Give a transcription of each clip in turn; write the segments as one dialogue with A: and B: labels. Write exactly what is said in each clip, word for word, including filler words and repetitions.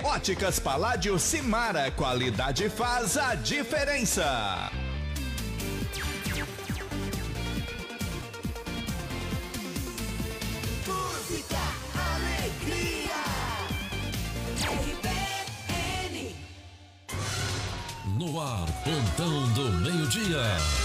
A: Óticas Paládio Simara, qualidade faz a diferença.
B: Música, alegria, R B N.
C: No ar, Plantão do Meio-Dia.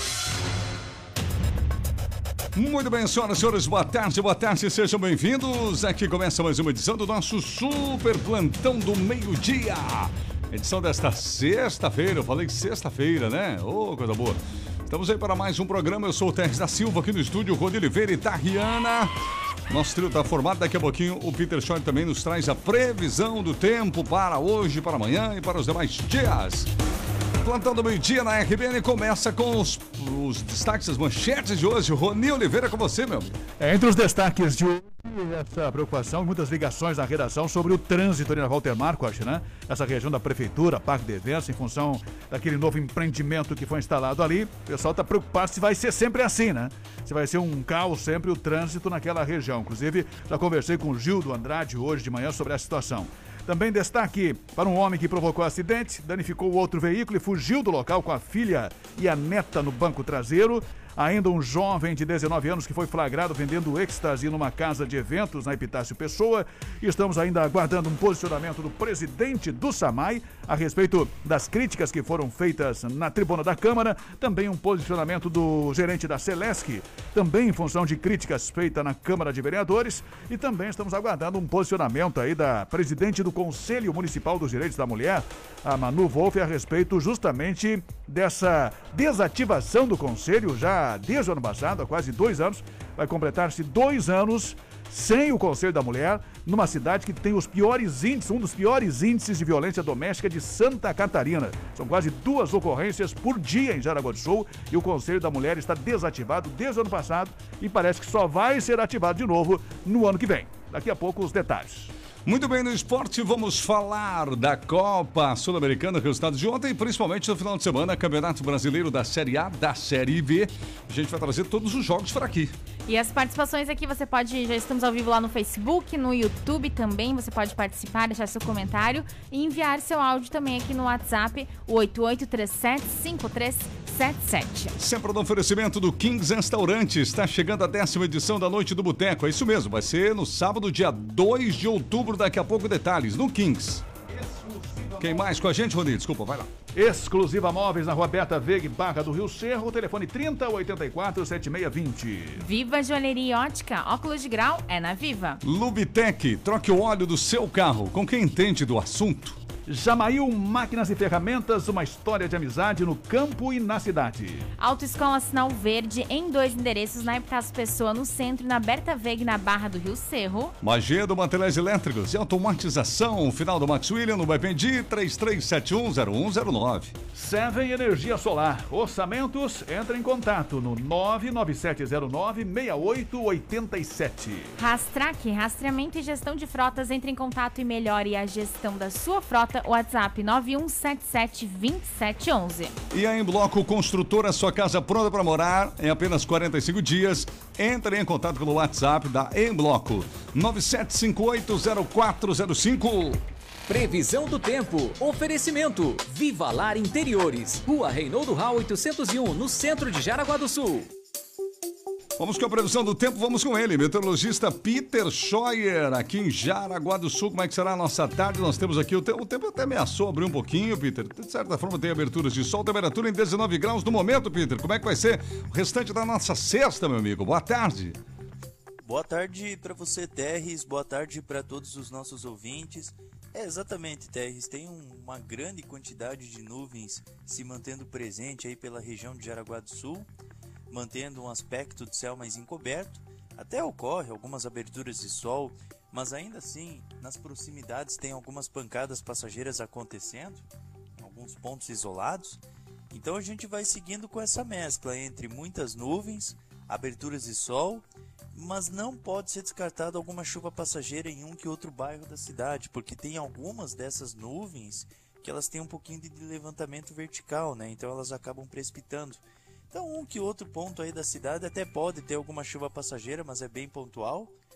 D: Muito bem, senhoras e senhores, boa tarde, boa tarde, sejam bem-vindos. Aqui começa mais uma edição do nosso Super Plantão do Meio-Dia. Edição desta sexta-feira, eu falei sexta-feira, né? Ô, oh, coisa boa. Estamos aí para mais um programa, eu sou o Teres da Silva, aqui no estúdio, Rony Oliveira e Tariana. Nosso trio está formado, daqui a pouquinho o Peter Schoen também nos traz a previsão do tempo para hoje, para amanhã e para os demais dias. Plantão do Meio-Dia na R B N começa com os, os destaques, as manchetes de hoje. Rony Oliveira, com você, meu amigo.
E: É, entre os destaques de hoje, essa preocupação e muitas ligações na redação sobre o trânsito ali na Walter Marcos, né? Essa região da prefeitura, Parque de Eventos, em função daquele novo empreendimento que foi instalado ali. O pessoal está preocupado se vai ser sempre assim, né? Se vai ser um caos sempre o trânsito naquela região. Inclusive, já conversei com o Gildo Andrade hoje de manhã sobre a situação. Também destaque para um homem que provocou acidente, danificou o outro veículo e fugiu do local com a filha e a neta no banco traseiro. Ainda um jovem de dezenove anos que foi flagrado vendendo êxtase numa casa de eventos na Epitácio Pessoa. E estamos ainda aguardando um posicionamento do presidente do SAMAI a respeito das críticas que foram feitas na tribuna da Câmara. Também um posicionamento do gerente da Celesc, também em função de críticas feitas na Câmara de Vereadores. E também estamos aguardando um posicionamento aí da presidente do Conselho Municipal dos Direitos da Mulher, a Manu Wolff, a respeito justamente dessa desativação do Conselho já desde o ano passado, há quase dois anos, vai completar-se dois anos sem o Conselho da Mulher, numa cidade que tem os piores índices, um dos piores índices de violência doméstica de Santa Catarina. São quase duas ocorrências por dia em Jaraguá do Sul e o Conselho da Mulher está desativado desde o ano passado e parece que só vai ser ativado de novo no ano que vem. Daqui a pouco os detalhes.
D: Muito bem, no esporte vamos falar da Copa Sul-Americana, resultados de ontem, principalmente no final de semana, Campeonato Brasileiro da Série A, da Série B. A gente vai trazer todos os jogos por aqui.
F: E as participações aqui, você pode, já estamos ao vivo lá no Facebook, no YouTube também, você pode participar, deixar seu comentário e enviar seu áudio também aqui no WhatsApp, o oito oito três sete cinco três sete sete.
D: Sempre no oferecimento do Kings Restaurante, está chegando a décima edição da Noite do Boteco, é isso mesmo, vai ser no sábado, dia dois de outubro, daqui a pouco detalhes, no Kings. Quem mais com a gente, Rony? Desculpa, vai lá.
E: Exclusiva Móveis na Rua Berta Veg, Barra do Rio Cerro, telefone trinta, oitenta e quatro, setenta e seis vinte.
F: Viva Joalheria e Ótica, óculos de grau é na Viva.
D: Lubitec, troque o óleo do seu carro com quem entende do assunto.
E: Jamail Máquinas e Ferramentas, uma história de amizade no campo e na cidade.
F: Autoescola Sinal Verde, em dois endereços, na Epitácio Pessoa, no centro, e na Berta Veg, na Barra do Rio Cerro.
D: Magedo Materiais Elétricos e Automatização, final do Max William, no Baipendi, três três sete um zero um zero nove.
E: Seven Energia Solar, orçamentos, entre em contato no nove nove sete zero nove, seis oito oito sete.
F: Rastrac, rastreamento e gestão de frotas, entre em contato e melhore a gestão da sua frota. WhatsApp nove um sete sete, dois sete um um.
D: E a Em Bloco Construtora, sua casa pronta para morar em apenas quarenta e cinco dias. Entre em contato pelo WhatsApp da Em Bloco nove sete cinco oito zero quatro zero cinco.
G: Previsão do tempo. Oferecimento. Viva Lar Interiores. Rua Reinaldo Rau oitocentos e um, no centro de Jaraguá do Sul.
D: Vamos com a previsão do tempo, vamos com ele, meteorologista Peter Scheuer, aqui em Jaraguá do Sul. Como é que será a nossa tarde? Nós temos aqui, o tempo, o tempo até ameaçou abrir um pouquinho, Peter. De certa forma tem aberturas de sol, temperatura em dezenove graus no momento, Peter. Como é que vai ser o restante da nossa sexta, meu amigo? Boa tarde.
H: Boa tarde para você, Terres. Boa tarde para todos os nossos ouvintes. É, exatamente, Terres. Tem um, uma grande quantidade de nuvens se mantendo presente aí pela região de Jaraguá do Sul, mantendo um aspecto de céu mais encoberto. Até ocorre algumas aberturas de sol, mas ainda assim, nas proximidades tem algumas pancadas passageiras acontecendo, em alguns pontos isolados. Então a gente vai seguindo com essa mescla entre muitas nuvens, aberturas de sol, mas não pode ser descartado alguma chuva passageira em um que outro bairro da cidade, porque tem algumas dessas nuvens que elas têm um pouquinho de levantamento vertical, né? Então elas acabam precipitando. Então um que outro ponto aí da cidade até pode ter alguma chuva passageira, mas é bem pontual.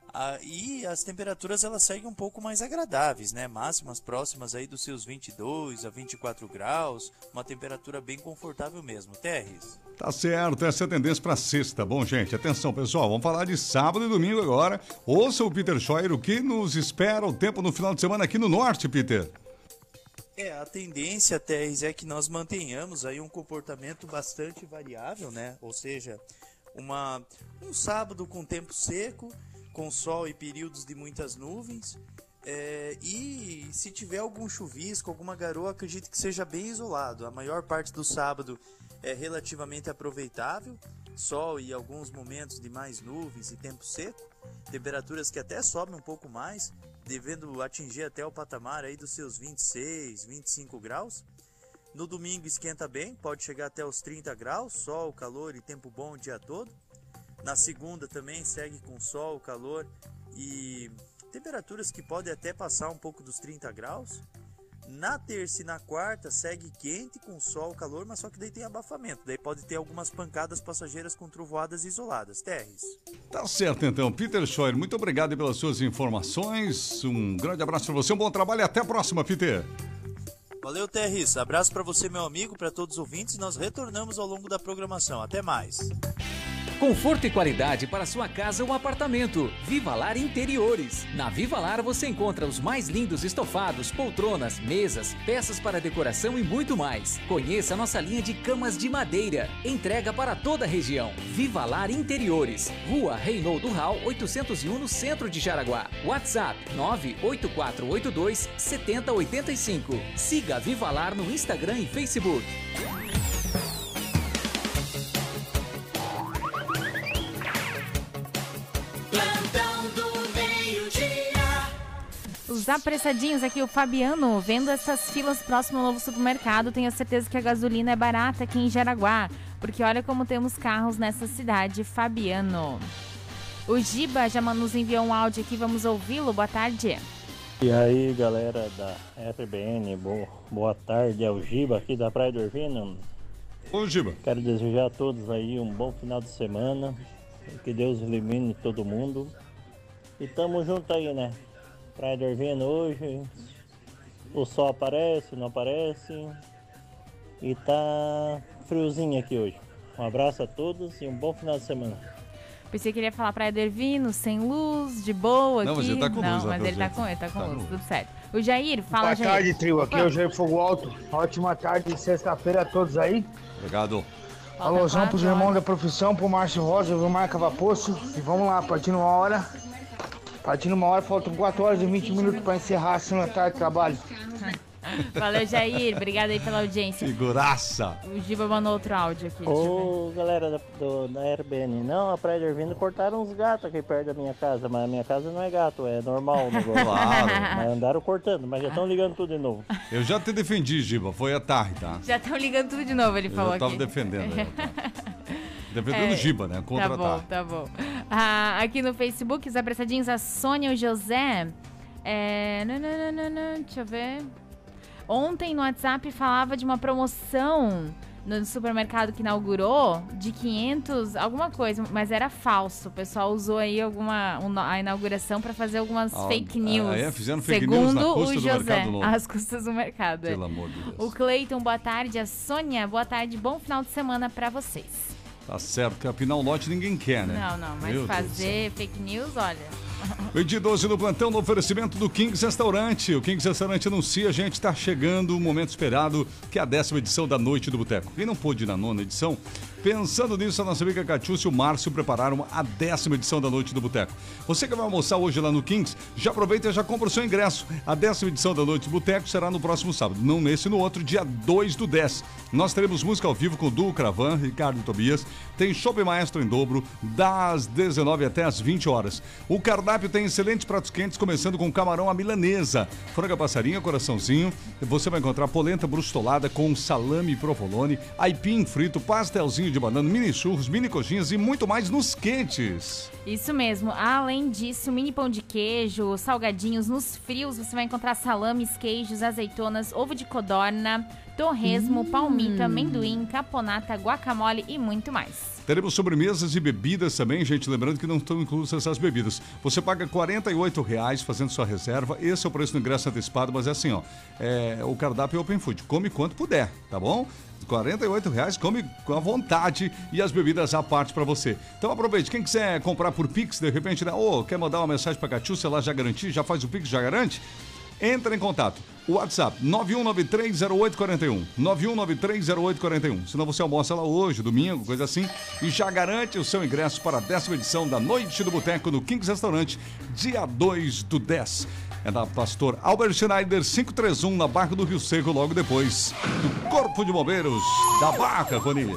H: Ah, e as temperaturas elas seguem um pouco mais agradáveis, né? Máximas próximas aí dos seus vinte e dois a vinte e quatro graus, uma temperatura bem confortável mesmo, Terres.
D: Tá certo, essa é a tendência para sexta. Bom, gente, atenção, pessoal, vamos falar de sábado e domingo agora. Ouça o Peter Scheuer, o que nos espera o tempo no final de semana aqui no norte, Peter.
H: É, a tendência, Terres, é que nós mantenhamos aí um comportamento bastante variável, né? Ou seja, uma, um sábado com tempo seco, com sol e períodos de muitas nuvens, é, e se tiver algum chuvisco, alguma garoa, acredito que seja bem isolado. A maior parte do sábado é relativamente aproveitável, sol e alguns momentos de mais nuvens e tempo seco, temperaturas que até sobem um pouco mais, devendo atingir até o patamar aí dos seus vinte e seis, vinte e cinco graus. No domingo esquenta bem, pode chegar até os trinta graus, sol, calor e tempo bom o dia todo. Na segunda também segue com sol, calor e temperaturas que podem até passar um pouco dos trinta graus. Na terça e na quarta segue quente com sol, calor, mas só que daí tem abafamento. Daí pode ter algumas pancadas passageiras com trovoadas isoladas. Terres.
D: Tá certo então. Peter Scheuer, muito obrigado pelas suas informações. Um grande abraço para você, um bom trabalho e até a próxima, Peter.
H: Valeu, Terres. Abraço para você, meu amigo, para todos os ouvintes. Nós retornamos ao longo da programação. Até mais.
G: Conforto e qualidade para sua casa ou apartamento. Vivalar Interiores. Na Vivalar você encontra os mais lindos estofados, poltronas, mesas, peças para decoração e muito mais. Conheça a nossa linha de camas de madeira. Entrega para toda a região. Vivalar Interiores. Rua Reinaldo Hall, oitocentos e um, no centro de Jaraguá. WhatsApp nove oito quatro oito dois sete zero oito cinco. Siga a Vivalar no Instagram e Facebook.
F: Os apressadinhos aqui, o Fabiano, vendo essas filas próximo ao novo supermercado, tenho certeza que a gasolina é barata aqui em Jaraguá, porque olha como temos carros nessa cidade, Fabiano. O Giba já nos enviou um áudio aqui, vamos ouvi-lo, boa tarde.
I: E aí, galera da R B N, boa, boa tarde, é o Giba aqui da Praia do Ervino.
D: Ô, Giba.
I: Quero desejar a todos aí um bom final de semana, que Deus elimine todo mundo. E tamo junto aí, né? Praia do Ervino hoje, o sol aparece, não aparece, e tá friozinho aqui hoje. Um abraço a todos e um bom final de semana.
F: Pensei que ele ia falar Praia do Ervino, sem luz, de boa aqui.
D: Não, mas ele tá com
F: não,
D: luz.
F: mas ele tá com, ele tá com luz, tudo certo. O Jair, fala,
J: Boa
F: Jair.
J: tarde, trio. Aqui
F: Opa.
J: é o Jair Fogo Alto. Ótima tarde de sexta-feira a todos aí.
D: Obrigado.
J: Alôzão pros irmãos da profissão, pro Márcio Rosa, pro Marca Vapoço. E vamos lá, partindo uma hora. Partindo uma hora, faltam quatro horas e vinte minutos pra encerrar a segunda tarde de trabalho.
F: Valeu, Jair. Obrigado aí pela audiência.
D: Figuraça.
F: O Giba mandou outro áudio aqui. deixa eu
I: Ô, galera da, do, da R B N, não, a Praia do Ervino cortaram uns gatos aqui perto da minha casa, mas a minha casa não é gato, é normal o negócio.
D: Claro.
I: Mas andaram cortando, mas já estão ligando tudo de novo.
D: Eu já te defendi, Giba, foi à tarde, tá?
F: Já estão ligando tudo de novo, ele
D: Eu
F: falou
D: já tava
F: aqui.
D: defendendo. Né? Defendendo o
F: É,
D: Giba, né? Contra
F: Tá
D: a
F: bom,
D: tarde.
F: tá bom. Ah, aqui no Facebook, os apressadinhos, a Sônia e o José. É... nananana, deixa eu ver. Ontem no WhatsApp falava de uma promoção no supermercado que inaugurou de quinhentos, alguma coisa, mas era falso. O pessoal usou aí alguma, a inauguração para fazer algumas
D: Ah,
F: fake news.
D: ah, é? Fizeram fake
F: Segundo
D: news na custa
F: o
D: do
F: José,
D: Mercado Novo.
F: às custas do mercado. é.
D: Pelo amor de Deus.
F: O Cleiton, boa tarde. A Sônia, boa tarde. Bom final de semana para vocês.
D: Tá certo, que afinal lote ninguém quer, né?
F: Não, não, mas
D: Meu Deus do
F: fazer fake news, olha...
D: Meio dia doze no plantão, no oferecimento do Kings Restaurante. O Kings Restaurante anuncia, gente, tá chegando o momento esperado, que é a décima edição da Noite do Boteco. Quem não pôde ir na nona edição, pensando nisso, a nossa amiga Catiúcia e o Márcio prepararam a décima edição da Noite do Boteco. Você que vai almoçar hoje lá no Kings, já aproveita e já compra o seu ingresso. A décima edição da Noite do Boteco será no próximo sábado, não nesse, no outro, dia dois do dez. Nós teremos música ao vivo com Duo Cravan, Ricardo e Tobias. Tem Chopp Maestro em dobro, das dezenove até as vinte horas. O cardápio tem excelentes pratos quentes, começando com camarão à milanesa, franga passarinha, coraçãozinho. Você vai encontrar polenta brustolada com salame e provolone, aipim frito, pastelzinho de banana, mini churros, mini coxinhas e muito mais nos quentes.
F: Isso mesmo. Além disso, mini pão de queijo, salgadinhos. Nos frios você vai encontrar salames, queijos, azeitonas, ovo de codorna, torresmo, palmito, amendoim, caponata, guacamole e muito mais.
D: Teremos sobremesas e bebidas também, gente, lembrando que não estão inclusas essas bebidas. Você paga quarenta e oito reais fazendo sua reserva, esse é o preço do ingresso antecipado, mas é assim, ó, é, o cardápio é open food, come quanto puder, tá bom? quarenta e oito reais, come com a vontade e as bebidas à parte pra você. Então aproveite, quem quiser comprar por Pix, de repente, né, ou quer mandar uma mensagem pra Catiúcia, ela já garantir, já faz o Pix, já garante, entra em contato. WhatsApp nove um nove três zero oito quatro um, nove um nove três zero oito quatro um. Senão você almoça lá hoje, domingo, coisa assim, e já garante o seu ingresso para a décima edição da Noite do Boteco no Kings Restaurante, dia dois do dez. É da Pastor Albert Schneider cinco três um, na Barra do Rio Seco, logo depois do Corpo de Bombeiros da Barra, Rony.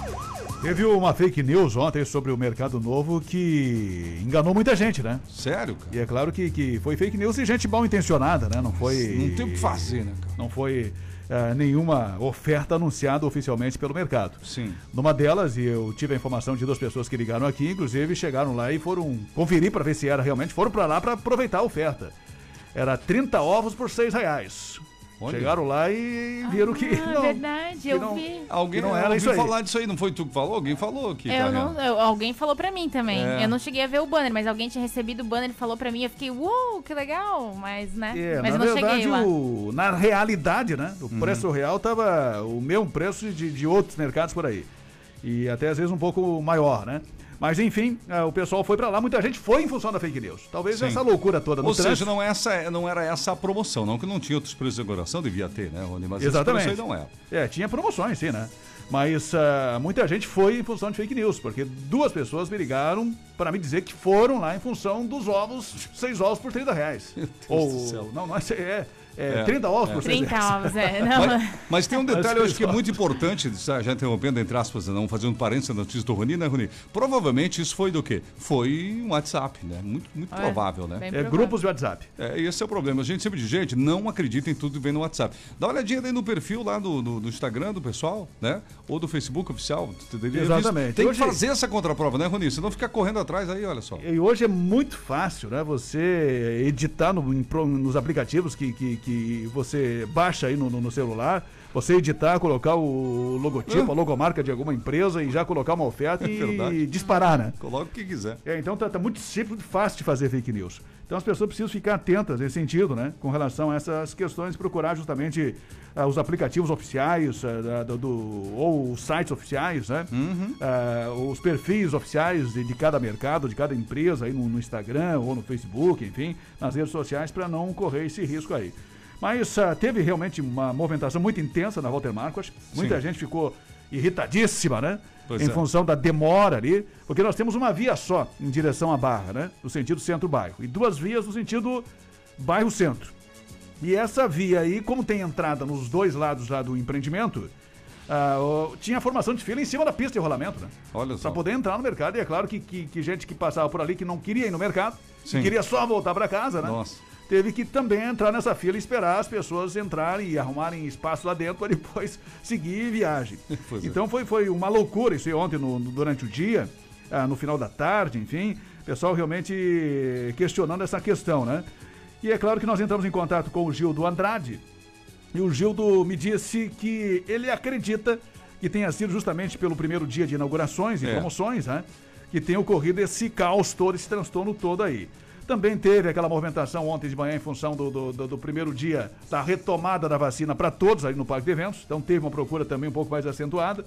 E: Teve uma fake news ontem sobre o Mercado Novo que enganou muita gente, né?
D: Sério, cara?
E: E é claro que, que foi fake news e gente mal intencionada, né? Não foi...
D: Não tem o que fazer, né, cara?
E: Não foi uh, nenhuma oferta anunciada oficialmente pelo mercado.
D: Sim.
E: Numa delas, e eu tive a informação de duas pessoas que ligaram aqui, inclusive chegaram lá e foram conferir para ver se era realmente, foram para lá para aproveitar a oferta. Era trinta ovos por seis reais. Olha. Chegaram lá e viram
F: ah,
E: que não,
F: verdade,
E: que
F: eu
E: não,
F: vi.
D: Alguém
E: não
D: não
E: era isso aí.
D: falar disso aí, não foi tu que falou? Alguém falou aqui.
F: Eu
D: tá
F: não, eu, alguém falou pra mim também.
D: É.
F: Eu não cheguei a ver o banner, mas alguém tinha recebido o banner e falou pra mim. Eu fiquei, uou, que legal, mas né,
E: é,
F: mas
E: na
F: eu não
E: verdade,
F: cheguei lá.
E: O, na realidade, né, o
D: Uhum.
E: preço real tava o mesmo preço de, de outros mercados por aí. E até às vezes um pouco maior, né? Mas enfim, uh, o pessoal foi pra lá, muita gente foi em função da fake news. Talvez
D: Sim.
E: essa loucura toda no
D: Ou
E: trânsito.
D: seja, não, essa, não era essa a promoção, não que não tinha outros preços de decoração, devia ter, né, Rony? Mas
E: exatamente.
D: esse preço aí não era.
E: É, tinha promoções, sim, né? Mas uh, muita gente foi em função de fake news, porque duas pessoas me ligaram para me dizer que foram lá em função dos ovos, seis ovos por trinta reais.
D: Meu Deus
E: Ou,
D: do céu.
E: Não, não é, é, é,
D: É,
E: trinta ovos
D: é.
E: por seis
F: trinta
E: reais.
F: ovos, é. Não.
D: Mas, mas tem um detalhe, eu acho que é
E: Mas-
D: muito importante, já interrompendo entre aspas, não fazendo parênteses na notícia do Rony, né, Rony? Provavelmente isso foi do quê? Foi um WhatsApp, né? Muito, muito
F: É,
D: provável, né?
F: bem
E: É
F: provável.
E: grupos de WhatsApp.
D: É, esse é o problema. A gente sempre diz, gente, não acredita em tudo que vem no WhatsApp. Dá uma olhadinha aí no perfil lá do, do, do Instagram do pessoal, né? Ou do Facebook oficial.
E: Exatamente.
D: Tem
E: Hoje-
D: que fazer essa contraprova, né, Rony? Senão ficar correndo atrás aí, olha só.
E: E hoje é muito fácil, né? Você editar no- em pro- nos aplicativos que, que, que você baixa aí no, no- no celular, você editar, colocar o logotipo,
D: Ah.
E: a logomarca de alguma empresa e já colocar uma oferta
D: É
E: e
D: verdade.
E: disparar, né?
D: Coloca o que quiser.
E: É, então tá, tá muito simples, muito fácil de fazer fake news. Então as pessoas precisam ficar atentas nesse sentido, né? Com relação a essas questões, procurar justamente ah, os aplicativos oficiais ah, da- do, do- ou os sites oficiais, né?
D: Uhum.
E: Ah, os perfis oficiais de, de cada mercado, de cada empresa aí no, no Instagram ou no Facebook, enfim, nas redes sociais, para não correr esse risco aí. Mas ah, teve realmente uma movimentação muito intensa na Walter Marcos. Muita
D: Sim.
E: gente ficou irritadíssima, né?
D: Pois
E: em
D: é.
E: função da demora ali, porque nós temos uma via só em direção à Barra, né? No sentido centro-bairro. E duas vias no sentido bairro-centro. E essa via aí, como tem entrada nos dois lados lá do empreendimento, ah, ó, tinha formação de fila em cima da pista de rolamento, né?
D: Olha só.
E: Para poder entrar no mercado. E é claro que, que, que gente que passava por ali que não queria ir no mercado,
D: Sim.
E: que queria só voltar para casa, né?
D: Nossa.
E: Teve que também entrar nessa fila e esperar as pessoas entrarem e arrumarem espaço lá dentro para depois seguir viagem.
D: Pois é.
E: Então foi, foi uma loucura isso aí ontem no, no- durante o dia, ah, no final da tarde, enfim, pessoal realmente questionando essa questão, né? E é claro que nós entramos em contato com o Gildo Andrade e o Gildo me disse que ele acredita que tenha sido justamente pelo primeiro dia de inaugurações e
D: É.
E: promoções, né? Que tenha ocorrido esse caos todo, esse transtorno todo aí. Também teve aquela movimentação ontem de manhã em função do, do, do- do primeiro dia da retomada da vacina para todos ali no Parque de Eventos. Então teve uma procura também um pouco mais acentuada.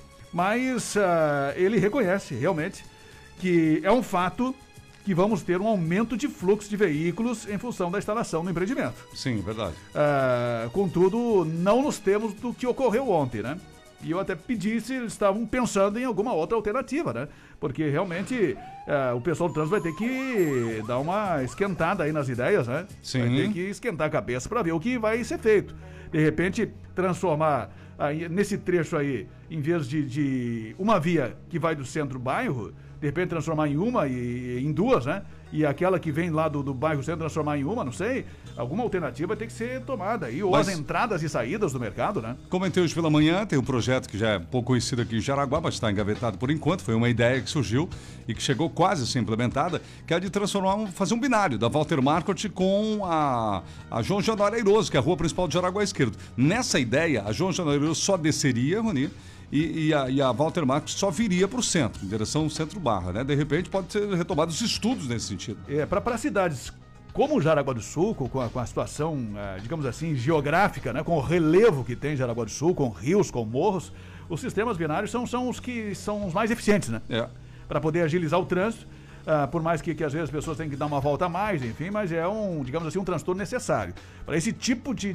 E: Mas ah, ele reconhece realmente que é um fato que vamos ter um aumento de fluxo de veículos em função da instalação do empreendimento.
D: Sim, verdade.
E: Ah, contudo, não nos temos do que ocorreu ontem, né? E eu até pedi se eles estavam pensando em alguma outra alternativa, né? Porque realmente ah, o pessoal do trânsito vai ter que dar uma esquentada aí nas ideias, né?
D: Sim.
E: Vai ter que esquentar a cabeça para ver o que vai ser feito. De repente, transformar aí, nesse trecho aí, em vez de, de uma via que vai do centro-bairro, de repente transformar em uma e em duas, né? e aquela que vem lá do, do bairro Centro transformar em uma, não sei, alguma alternativa vai ter que ser tomada aí, ou
D: Mas-
E: as entradas e saídas do mercado, né?
D: Comentei hoje pela manhã, tem um projeto que já é pouco conhecido aqui em Jaraguá, mas está engavetado por enquanto, foi uma ideia que surgiu e que chegou quase a ser implementada, que é a de transformar, um- fazer um binário da Walter Marcot com a, a João Januário Airoso, que é a rua principal de Jaraguá esquerdo. Nessa ideia, a João Januário Airoso só desceria, Rony, e, e, a, e a Walter Marcos só viria para o centro, em direção ao centro-barra, né? De repente pode ser retomados os estudos nesse sentido.
E: É, para cidades como Jaraguá do Sul, com a, com a situação, eh, digamos assim, geográfica, né, com o relevo que tem Jaraguá do Sul, com rios, com morros, os sistemas binários são, são os que são os mais eficientes, né?
D: É.
E: Para poder agilizar o trânsito, ah, por mais que, que às vezes as pessoas tenham que dar uma volta a mais, enfim, mas é um, digamos assim, um transtorno necessário. Para esse tipo de,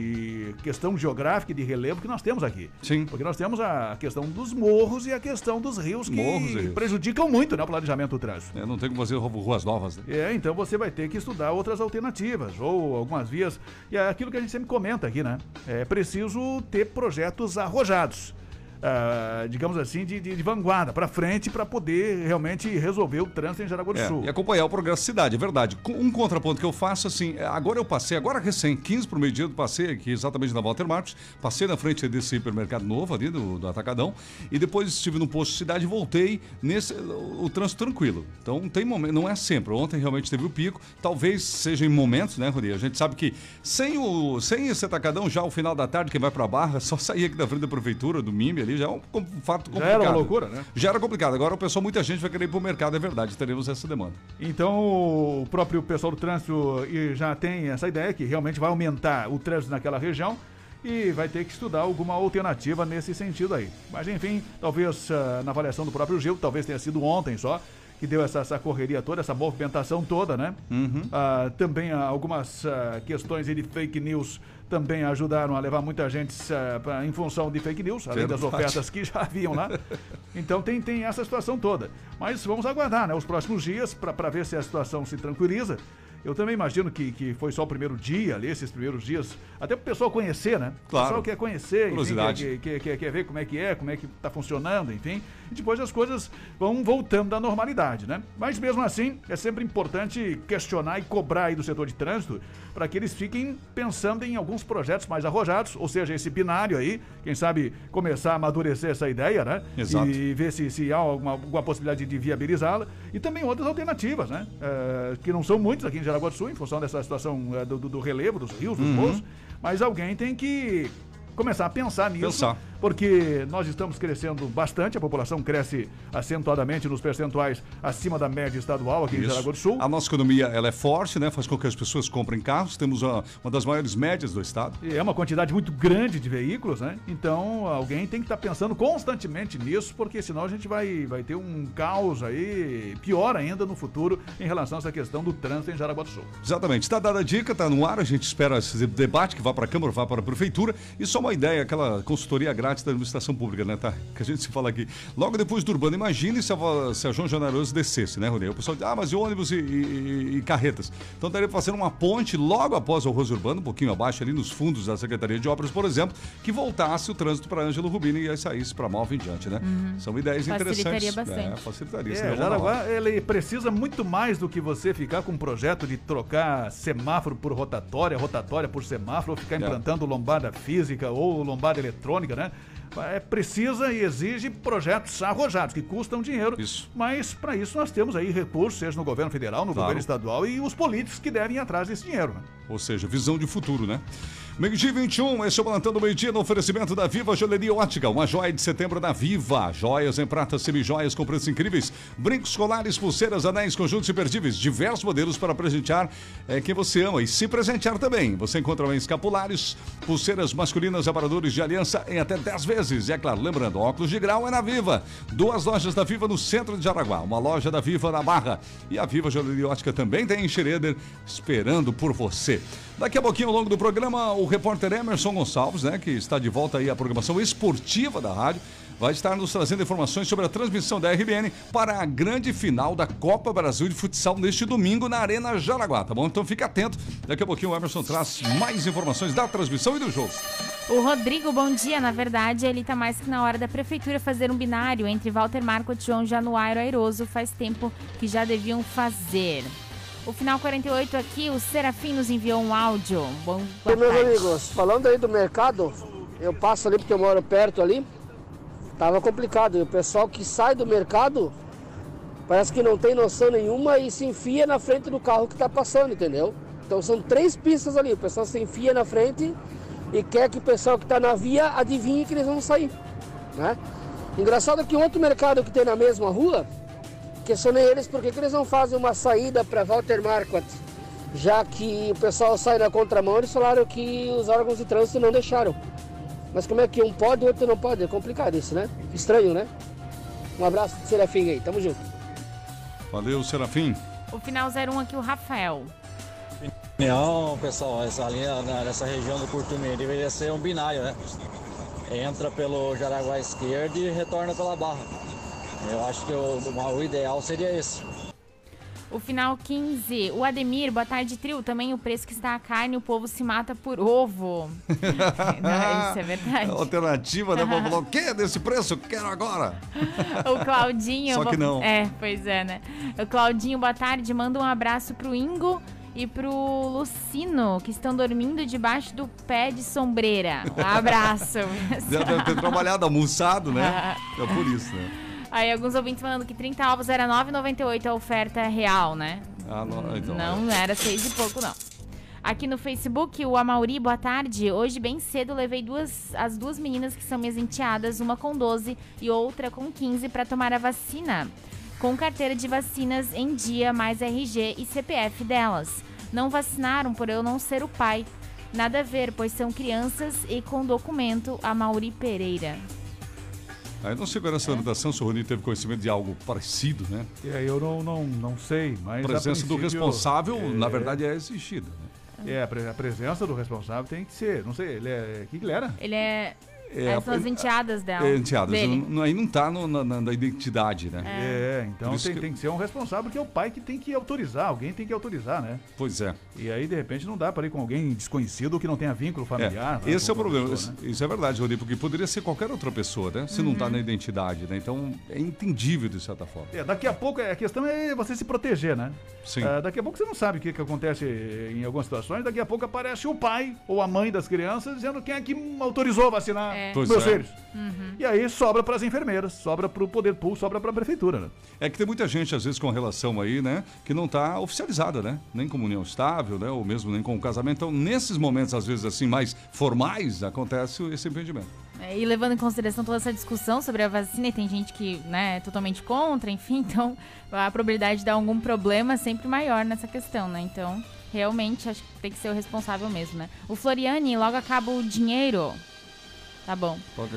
E: de questão geográfica e de relevo que nós temos aqui.
D: Sim.
E: Porque nós temos a questão dos morros e a questão dos rios que
D: Morros e rios.
E: prejudicam muito, né, o planejamento do trânsito.
D: É, não tem como fazer ruas novas, né?
E: É, então você vai ter que estudar outras alternativas, ou algumas vias. E é aquilo que a gente sempre comenta aqui, né? É preciso ter projetos arrojados. ah, digamos assim, de, de, de vanguarda, para frente, para poder realmente resolver o trânsito em Jaraguá do
D: É,
E: Sul.
D: e acompanhar o progresso da cidade, é verdade. Com- Um contraponto que eu faço, assim, é, agora eu passei, agora recém, quinze pro meio-dia, eu passei aqui exatamente na Walter Marcos, passei na frente desse hipermercado novo ali, do, do Atacadão, e depois estive num posto de cidade e voltei nesse, o, o trânsito tranquilo. Então tem momento, não é sempre, ontem realmente teve o pico, talvez seja em momentos, né, Rony? A gente sabe que sem, o, sem esse Atacadão, já ao final da tarde, quem vai pra Barra, só sair aqui da frente da prefeitura, do M I M ali, já é um, com- fato
E: Já
D: complicado.
E: era uma loucura, né?
D: Já era complicado, agora o pessoal, muita gente vai querer ir pro mercado, é verdade, teremos essa demanda.
E: Então, o próprio pessoal do trânsito e já tem essa ideia que realmente vai aumentar o trânsito naquela região e vai ter que estudar alguma alternativa nesse sentido aí. Mas, enfim, talvez ah, na avaliação do próprio Gil, talvez tenha sido ontem só, que deu essa, essa correria toda, essa movimentação toda, né? Ah, também ah, algumas ah, questões aí de fake news também ajudaram a levar muita gente ah, pra- em função de fake news, além das
D: Verdade.
E: ofertas que já haviam lá. Então tem, tem essa situação toda. Mas vamos aguardar, né? Os próximos dias para ver se a situação se tranquiliza. Eu também imagino que, que foi só o primeiro dia ali, esses primeiros dias, até para o pessoal conhecer, né?
D: Claro.
E: O pessoal quer conhecer, enfim,
D: Curiosidade.
E: quer, quer, quer, quer ver como é que é, como é que está funcionando, enfim. E depois as coisas vão voltando à normalidade, né? Mas mesmo assim, é sempre importante questionar e cobrar aí do setor de trânsito para que eles fiquem pensando em alguns projetos mais arrojados, ou seja, esse binário aí, quem sabe começar a amadurecer essa ideia, né?
D: Exato.
E: E ver se, se há alguma, alguma possibilidade de viabilizá-la. E também outras alternativas, né? Eh, que não são muitos aqui em Jaraguá do Sul, em função dessa situação eh, do, do- do relevo, dos rios, dos morros. Mas alguém tem que começar a pensar nisso.
D: Pensar.
E: Porque nós estamos crescendo bastante, a população cresce acentuadamente nos percentuais acima da média estadual aqui em
D: Isso.
E: Jaraguá do Sul.
D: A nossa economia ela é forte, né? Faz com que as pessoas comprem carros. Temos uma, uma das maiores médias do estado.
E: E é uma quantidade muito grande de veículos, né? Então alguém tem que estar pensando constantemente nisso, porque senão a gente vai, vai ter um caos aí, pior ainda no futuro, em relação a essa questão do trânsito em Jaraguá do Sul.
D: Exatamente. Está dada a dica, está no ar. A gente espera esse debate que vá para a Câmara, vá para a Prefeitura. E só uma ideia, aquela consultoria grátis da administração pública, né? Tá? Que a gente se fala aqui. Logo depois do Urbano, imagine se a, se a João Janeiro descesse, né, Rony? O pessoal diz, ah, mas e ônibus e, e- e carretas? Então estaria fazendo uma ponte logo após o Arroz Urbano, um pouquinho abaixo ali nos fundos da Secretaria de Obras, por exemplo, que voltasse o trânsito para Ângelo Rubini e aí saísse para Malva em diante, né? São ideias
F: Facilitaria
D: interessantes.
F: bastante.
D: É, facilitaria.
E: É,
D: seria bom na hora.
E: Jaraguá, ele precisa muito mais do que você ficar com um projeto de trocar semáforo por rotatória, rotatória por semáforo, ou ficar implantando lombada física ou lombada eletrônica, né? É, precisa e exige projetos arrojados, que custam dinheiro.
D: Isso.
E: Mas, para isso, nós temos aí recursos, seja no governo federal, no
D: Claro.
E: governo estadual, e os políticos que devem ir atrás desse dinheiro, né?
D: Ou seja, visão de futuro, né? Meio-dia e vinte e um, esse é o Plantão do Meio-Dia no oferecimento da Viva Joalheria Ótica. Uma joia de setembro da Viva. Joias em prata, semijoias com preços incríveis. Brincos colares, pulseiras, anéis, conjuntos imperdíveis. Diversos modelos para presentear é, quem você ama e se presentear também. Você encontra em escapulares, pulseiras masculinas, aparadores de aliança em até dez vezes. E é claro, lembrando, óculos de grau é na Viva. Duas lojas da Viva no centro de Jaraguá. Uma loja da Viva na Barra. E a Viva Joalheria Ótica também tem em Schroeder esperando por você. Daqui a pouquinho, ao longo do programa, o repórter Emerson Gonçalves, né, que está de volta aí à programação esportiva da rádio, vai estar nos trazendo informações sobre a transmissão da R B N para a grande final da Copa Brasil de Futsal neste domingo na Arena Jaraguá, tá bom? Então fica atento. Daqui a pouquinho o Emerson traz mais informações da transmissão e do jogo.
F: O Rodrigo, bom dia. Na verdade, ele tá mais que na hora da prefeitura fazer um binário entre Walter Marcot e João Januário Airoso. Faz tempo que já deviam fazer. O final quarenta e oito aqui, o Serafim nos enviou um áudio. Bom, boa
K: E meus
F: tarde.
K: amigos, falando aí do mercado, eu passo ali porque eu moro perto ali, tava complicado. E o pessoal que sai do mercado parece que não tem noção nenhuma e se enfia na frente do carro que tá passando, entendeu? Então são três pistas ali, o pessoal se enfia na frente e quer que o pessoal que tá na via adivinhe que eles vão sair, né? Engraçado que outro mercado que tem na mesma rua, questionei eles por que que eles não fazem uma saída para Walter Marquardt, já que o pessoal sai na contramão. Eles falaram que os órgãos de trânsito não deixaram. Mas como é que um pode e outro não pode? É complicado isso, né? Estranho, né? Um abraço do Serafim aí, tamo junto.
D: Valeu, Serafim.
F: O final zero um aqui, o Rafael.
L: Não, pessoal, essa linha nessa região do Curtumim deveria ser um binário, né? Entra pelo Jaraguá esquerdo e retorna pela Barra. Eu acho que o, o ideal seria esse.
F: O final quinze, o Ademir, boa tarde, trio. Também o preço que está a carne, o povo se mata por ovo. Não, isso é verdade.
D: Alternativa, né? Vamos falar o quê desse preço? Quero agora.
F: O Claudinho...
D: Só que não.
F: É, pois é, né? O Claudinho, boa tarde, manda um abraço pro Ingo e pro Lucino, que estão dormindo debaixo do pé de sombreira. Um abraço.
D: Já deve ter trabalhado, almoçado, né? É por isso, né?
F: Aí alguns ouvintes falando que trinta ovos era nove reais e noventa e oito centavos a oferta real, né?
D: Ah, não, então,
F: não
D: é.
F: era seis e pouco, não. Aqui no Facebook, o Amauri, boa tarde. Hoje, bem cedo, levei duas, as duas meninas que são minhas enteadas, uma com doze e outra com quinze, para tomar a vacina. Com carteira de vacinas em dia, mais R G e C P F delas. Não vacinaram por eu não ser o pai. Nada a ver, pois são crianças e com documento, Amauri Pereira.
D: Aí não sei qual era essa redação, se o Rony teve conhecimento de algo parecido, né?
E: É, eu não, não, não sei, mas...
D: A presença do responsável,
E: é...
D: na verdade, é exigida, né?
E: É, a, pre- a presença do responsável tem que ser, não sei, ele é... O que que ele era?
F: Ele é...
D: É,
F: são as enteadas dela.
D: É, enteadas.
F: Dele.
D: Não- Aí não tá no- na, na- na identidade, né?
E: É, então
D: Por isso
E: tem,
D: que-
E: tem que ser um responsável, porque é o pai que tem que autorizar, alguém tem que autorizar, né?
D: Pois é.
E: E aí, de repente, não dá para ir com alguém desconhecido ou que não tenha vínculo familiar.
D: É,
E: né,
D: esse é o
E: com a
D: problema.
E: pessoa,
D: Isso,
E: né?
D: isso é verdade, Rony, porque poderia ser qualquer outra pessoa, né? Se não
E: Uhum.
D: tá na identidade, né? Então é entendível de certa forma.
E: É, daqui a pouco, a questão é você se proteger, né?
D: Sim.
E: Ah, daqui a pouco você não sabe o que, que acontece em algumas situações, daqui a pouco aparece o pai ou a mãe das crianças dizendo quem é que autorizou a vacinar
D: Pois
E: meus
D: é.
E: filhos. E aí sobra para as enfermeiras, sobra para o poder público, sobra para a prefeitura, né?
D: É que tem muita gente, às vezes, com relação aí, né? Que não tá oficializada, né? Nem como união estável, né? Ou mesmo nem com o casamento. Então, nesses momentos, às vezes, assim, mais formais, acontece esse impedimento.
F: É, e levando em consideração toda essa discussão sobre a vacina, e tem gente que, né, é totalmente contra, enfim, então a probabilidade de dar algum problema é sempre maior nessa questão, né? Então, realmente, acho que tem que ser o responsável mesmo, né? O Floriane, logo acaba o dinheiro. Tá bom.
D: Pode...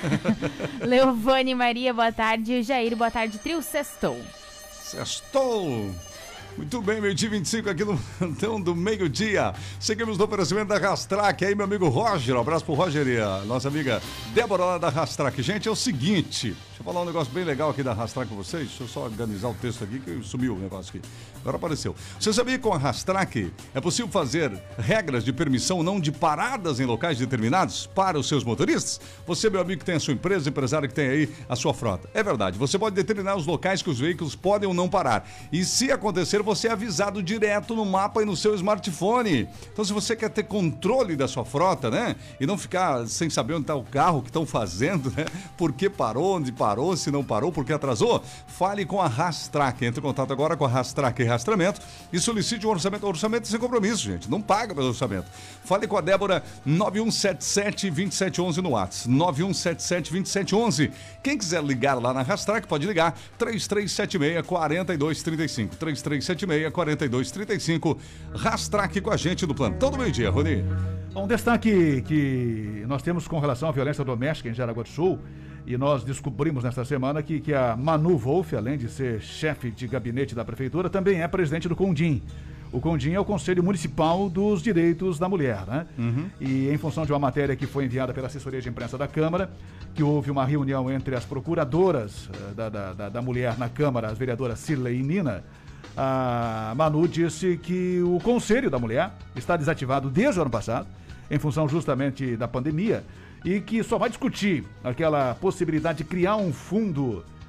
F: Leovane Maria, boa tarde. E o Jair, boa tarde. Trio Sextou.
D: Sextou! Muito bem, meio-dia vinte e cinco aqui no Plantão do Meio-Dia. Seguimos no oferecimento da Rastrac. Aí, meu amigo Roger, um abraço pro Roger e a nossa amiga Débora lá da Rastrac. Gente, é o seguinte, deixa eu falar um negócio bem legal aqui da Rastrac com vocês. Deixa eu só organizar o texto aqui, que sumiu o negócio aqui. Agora apareceu. Você sabia que com a Rastrac é possível fazer regras de permissão não de paradas em locais determinados para os seus motoristas? Você, meu amigo, que tem a sua empresa, empresário que tem aí a sua frota. É verdade, você pode determinar os locais que os veículos podem ou não parar. E se acontecer, você é avisado direto no mapa e no seu smartphone. Então, se você quer ter controle da sua frota, né? E não ficar sem saber onde está o carro que estão fazendo, né? Por que parou, onde parou, se não parou, por que atrasou, fale com a Rastrac. Entre em contato agora com a Rastrac Rastramento e solicite um orçamento. Orçamento sem compromisso, gente. Não paga pelo orçamento. Fale com a Débora nove um sete sete, dois sete um um no WhatsApp. nove um sete sete, dois sete um um. Quem quiser ligar lá na Rastrac, pode ligar três três sete seis, quatro dois três cinco. três três sete seis, quatro dois três cinco. Rastrac com a gente do Plantão do Meio-Dia, Rony.
E: Um destaque que nós temos com relação à violência doméstica em Jaraguá do Sul, e nós descobrimos nesta semana que, que a Manu Wolff, além de ser chefe de gabinete da prefeitura, também é presidente do CONDIM. O CONDIM é o Conselho Municipal dos Direitos da Mulher, né?
D: Uhum.
E: E em função de uma matéria que foi enviada pela assessoria de imprensa da Câmara, que houve uma reunião entre as procuradoras uh, da, da, da, da mulher na Câmara, as vereadoras Cirlei e Nina, a Manu disse que o Conselho da Mulher está desativado desde o ano passado, em função justamente da pandemia, e que só vai discutir aquela possibilidade de criar um fundo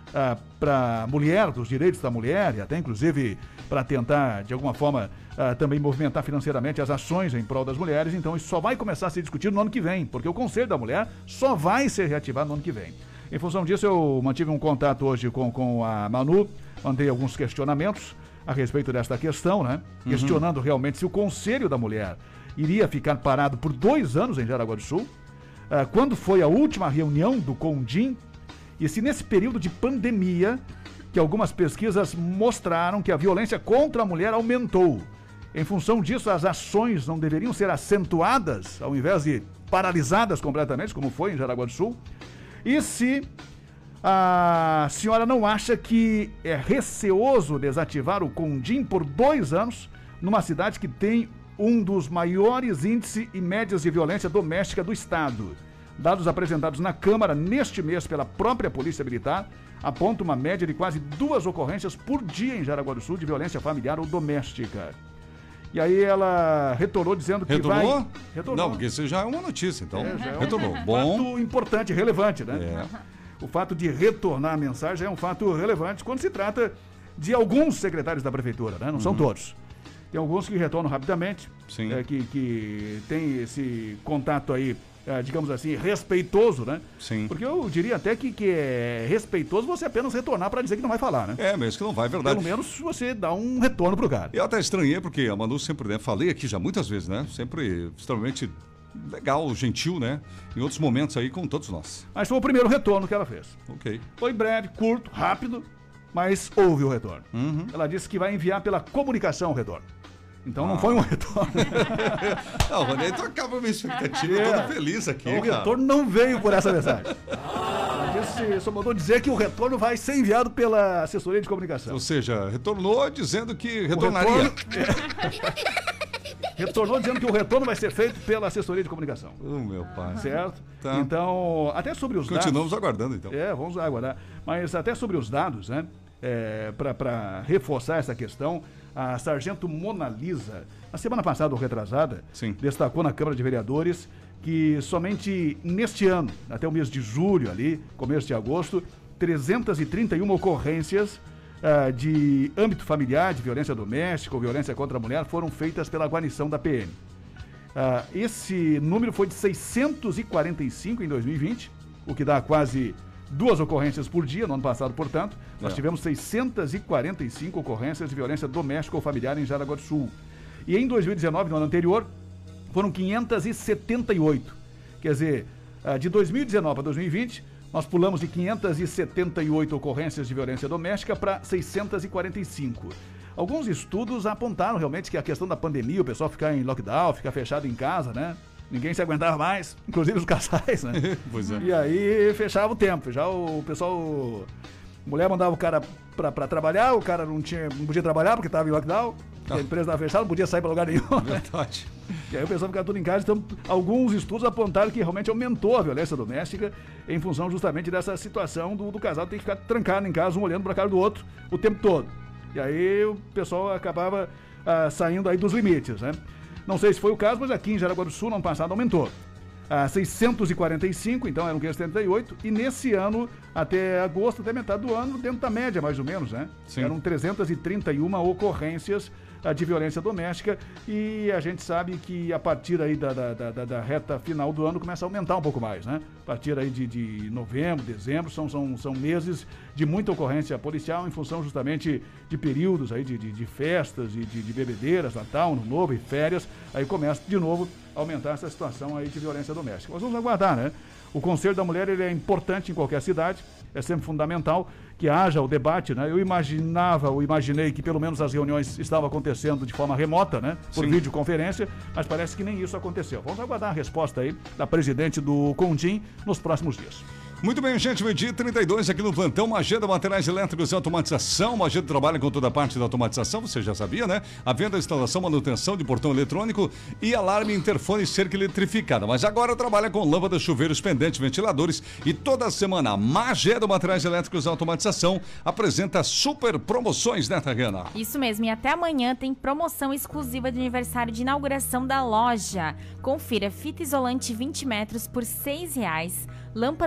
E: ah, para a mulher, dos direitos da mulher, e até inclusive para tentar, de alguma forma, ah, também movimentar financeiramente as ações em prol das mulheres. Então isso só vai começar a ser discutido no ano que vem, porque o Conselho da Mulher só vai ser reativado no ano que vem. Em função disso, eu mantive um contato hoje com, com a Manu, mandei alguns questionamentos a respeito desta questão, né? Uhum. Questionando realmente se o Conselho da Mulher iria ficar parado por dois anos em Jaraguá do Sul, uh, quando foi a última reunião do CONDIM, e se nesse período de pandemia, que algumas pesquisas mostraram que a violência contra a mulher aumentou. Em função disso, as ações não deveriam ser acentuadas, ao invés de paralisadas completamente, como foi em Jaraguá do Sul. E se a senhora não acha que é receoso desativar o CONDIM por dois anos numa cidade que tem um dos maiores índices e médias de violência doméstica do estado? Dados apresentados na Câmara neste mês pela própria Polícia Militar apontam uma média de quase duas ocorrências por dia em Jaraguá do Sul de violência familiar ou doméstica. E aí ela retornou dizendo que
D: retornou?
E: vai... Retornou?
D: Não, porque isso já é uma notícia, então.
E: É, já é
D: retornou.
E: Um
D: Bom.
E: fato importante, relevante, né?
D: É.
E: O fato de retornar a mensagem é um fato relevante quando se trata de alguns secretários da prefeitura, né? Não uhum. são todos. Tem alguns que retornam rapidamente,
D: Sim.
E: É, que, que tem esse contato aí, é, digamos assim, respeitoso, né?
D: Sim.
E: Porque eu diria até que, que é respeitoso você apenas retornar para dizer que não vai falar, né?
D: É, mesmo que não vai, é verdade.
E: Pelo menos você dá um retorno pro cara.
D: Eu até estranhei, porque a Manu sempre, né, falei aqui já muitas vezes, né? Sempre extremamente legal, gentil, né? Em outros momentos aí com todos nós.
E: Mas foi o primeiro retorno que ela fez.
D: Ok.
E: Foi breve, curto, rápido, mas houve o retorno.
D: Uhum.
E: Ela disse que vai enviar pela comunicação o retorno. Então
D: ah.
E: não foi um retorno.
D: Não, Rony, tu acaba a minha expectativa, é. eu tô feliz aqui,
E: O
D: cara.
E: retorno não veio por essa mensagem. Ela disse, só mandou dizer que o retorno vai ser enviado pela assessoria de comunicação.
D: Ou seja, retornou dizendo que retornaria.
E: O retorno... é. Retornou dizendo que o retorno vai ser feito pela assessoria de comunicação.
D: Oh, meu pai.
E: Certo?
D: Tá.
E: Então, até sobre os dados...
D: Continuamos aguardando, então.
E: É, vamos aguardar. Mas até sobre os dados, né? É, para reforçar essa questão, a sargento Mona Lisa, na semana passada ou retrasada,
D: Sim.
E: destacou na Câmara de Vereadores que somente neste ano, até o mês de julho ali, começo de agosto, trezentas e trinta e uma ocorrências Uh, de âmbito familiar, de violência doméstica ou violência contra a mulher foram feitas pela guarnição da P M. Uh, esse número foi de seiscentos e quarenta e cinco em dois mil e vinte, o que dá quase duas ocorrências por dia, no ano passado, portanto. Nós
D: é.
E: tivemos seiscentas e quarenta e cinco ocorrências de violência doméstica ou familiar em Jaraguá do Sul. E em dois mil e dezenove, no ano anterior, foram quinhentas e setenta e oito. Quer dizer, uh, de dois mil e dezenove a dois mil e vinte... nós pulamos de quinhentas e setenta e oito ocorrências de violência doméstica para seiscentas e quarenta e cinco. Alguns estudos apontaram realmente que a questão da pandemia, o pessoal ficar em lockdown, ficar fechado em casa, né? Ninguém se aguentava mais, inclusive os casais, né?
D: Pois é.
E: E aí fechava o tempo, já o pessoal... A mulher mandava o cara pra, pra trabalhar, o cara não, tinha, não podia trabalhar porque estava em lockdown, ah. a empresa estava fechada, não podia sair para lugar nenhum.
D: Verdade.
E: E aí o pessoal ficava tudo em casa. Então, alguns estudos apontaram que realmente aumentou a violência doméstica em função justamente dessa situação do, do casal ter que ficar trancado em casa, um olhando para a cara do outro o tempo todo. E aí o pessoal acabava ah, saindo aí dos limites, né? Não sei se foi o caso, mas aqui em Jaraguá do Sul, no ano passado, aumentou. A seiscentos e quarenta e cinco, então eram quinhentas e setenta e oito, e nesse ano, até agosto, até metade do ano, dentro da média, mais ou menos, né?
D: Sim.
E: Eram trezentas e trinta e uma ocorrências uh, de violência doméstica, e a gente sabe que a partir aí da, da, da, da reta final do ano começa a aumentar um pouco mais, né? A partir aí de, de novembro, dezembro, são, são, são meses de muita ocorrência policial em função justamente de períodos aí de, de, de festas, de, de, de bebedeiras, Natal, Ano Novo e férias, aí começa de novo aumentar essa situação aí de violência doméstica. Nós vamos aguardar, né? O Conselho da Mulher, ele é importante em qualquer cidade, é sempre fundamental que haja o debate, né? Eu imaginava, eu imaginei que pelo menos as reuniões estavam acontecendo de forma remota, né? Por
D: Sim.
E: videoconferência, mas parece que nem isso aconteceu. Vamos aguardar a resposta aí da presidente do CONDIM nos próximos dias.
D: Muito bem, gente, meio-dia trinta e dois aqui no plantão, Mageda Materiais Elétricos e Automatização. Mageda trabalha com toda a parte da automatização, você já sabia, né? A venda, instalação, manutenção de portão eletrônico e alarme, interfone e cerca eletrificada. Mas agora trabalha com lâmpadas, chuveiros, pendentes, ventiladores e toda semana a Mageda Materiais Elétricos e Automatização apresenta super promoções, né, Tariana?
F: Isso mesmo, e até amanhã tem promoção exclusiva de aniversário de inauguração da loja. Confira, fita isolante vinte metros por seis reais, lâmpadas de L E D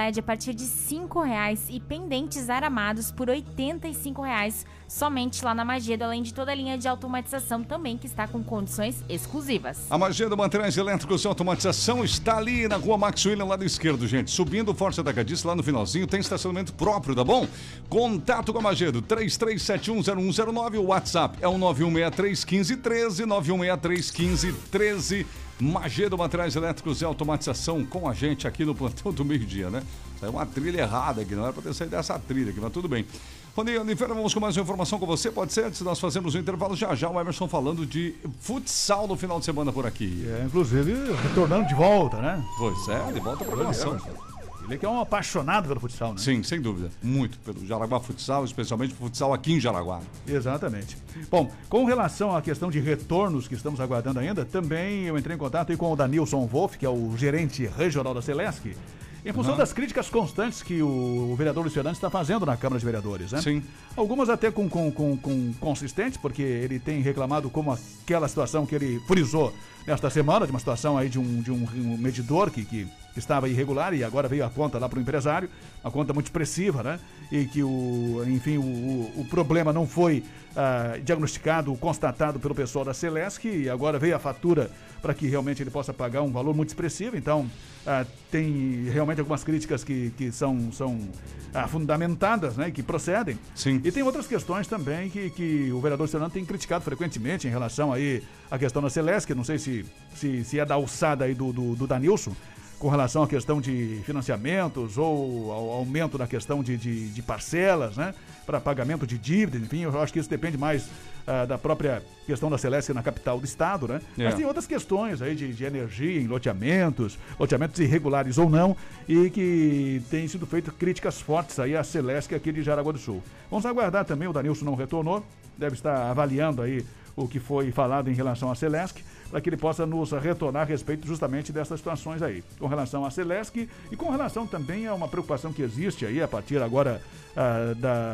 F: a partir de cinco reais e pendentes aramados por oitenta e cinco reais somente lá na Magedo, além de toda a linha de automatização também que está com condições exclusivas.
D: A Magedo Materiais Elétricos e Automatização está ali na rua Max William, lado esquerdo, gente. Subindo o Forte Atacadista, lá no finalzinho, tem estacionamento próprio, tá bom? Contato com a Magedo, três três sete um zero um zero nove, o WhatsApp é o nove um seis três um cinco um três, nove um seis três um cinco um três. Magedo Materiais Elétricos e Automatização com a gente aqui no Plantão do Meio-Dia, né? Saiu uma trilha errada aqui, não era pra ter saído dessa trilha aqui, mas tudo bem. Rony Oliveira, vamos com mais uma informação com você, pode ser? Antes de nós fazermos o intervalo, já já o Emerson falando de futsal no final de semana por aqui.
E: É, inclusive, retornando de volta, né?
D: Pois é, de volta à programação.
E: Ele que é um apaixonado pelo futsal, né?
D: Sim, sem dúvida. Muito pelo Jaraguá Futsal, especialmente o futsal aqui em Jaraguá.
E: Exatamente. Bom, com relação à questão de retornos que estamos aguardando ainda, também eu entrei em contato aí com o Danilson Wolff, que é o gerente regional da Celesc, em função uhum. das críticas constantes que o, o vereador Luiz Fernandes está fazendo na Câmara de Vereadores, né?
D: Sim.
E: Algumas até com, com, com, com consistentes, porque ele tem reclamado como aquela situação que ele frisou nesta semana, de uma situação aí de um, de um, um medidor que, que estava irregular e agora veio a conta lá para o empresário, uma conta muito expressiva, né? E que, o, enfim, o, o, o problema não foi ah, diagnosticado, constatado pelo pessoal da Celesc e agora veio a fatura para que realmente ele possa pagar um valor muito expressivo. Então, ah, tem realmente algumas críticas que, que são, são ah, fundamentadas, né? Que procedem.
D: Sim.
E: E tem outras questões também que, que o vereador Fernando tem criticado frequentemente em relação aí à questão da Celesc, não sei se, se, se é da alçada aí do, do, do Danilson, com relação à questão de financiamentos ou ao aumento da questão de, de, de parcelas, né? Para pagamento de dívidas, enfim, eu acho que isso depende mais uh, da própria questão da Celesc na capital do estado, né? É. Mas tem outras questões aí de, de energia em loteamentos, loteamentos irregulares ou não, e que tem sido feitas críticas fortes aí à Celesc aqui de Jaraguá do Sul. Vamos aguardar também, o Danilson não retornou, deve estar avaliando aí o que foi falado em relação à Celesc, para que ele possa nos retornar a respeito justamente dessas situações aí, com relação à Celesc e com relação também a uma preocupação que existe aí a partir agora ah,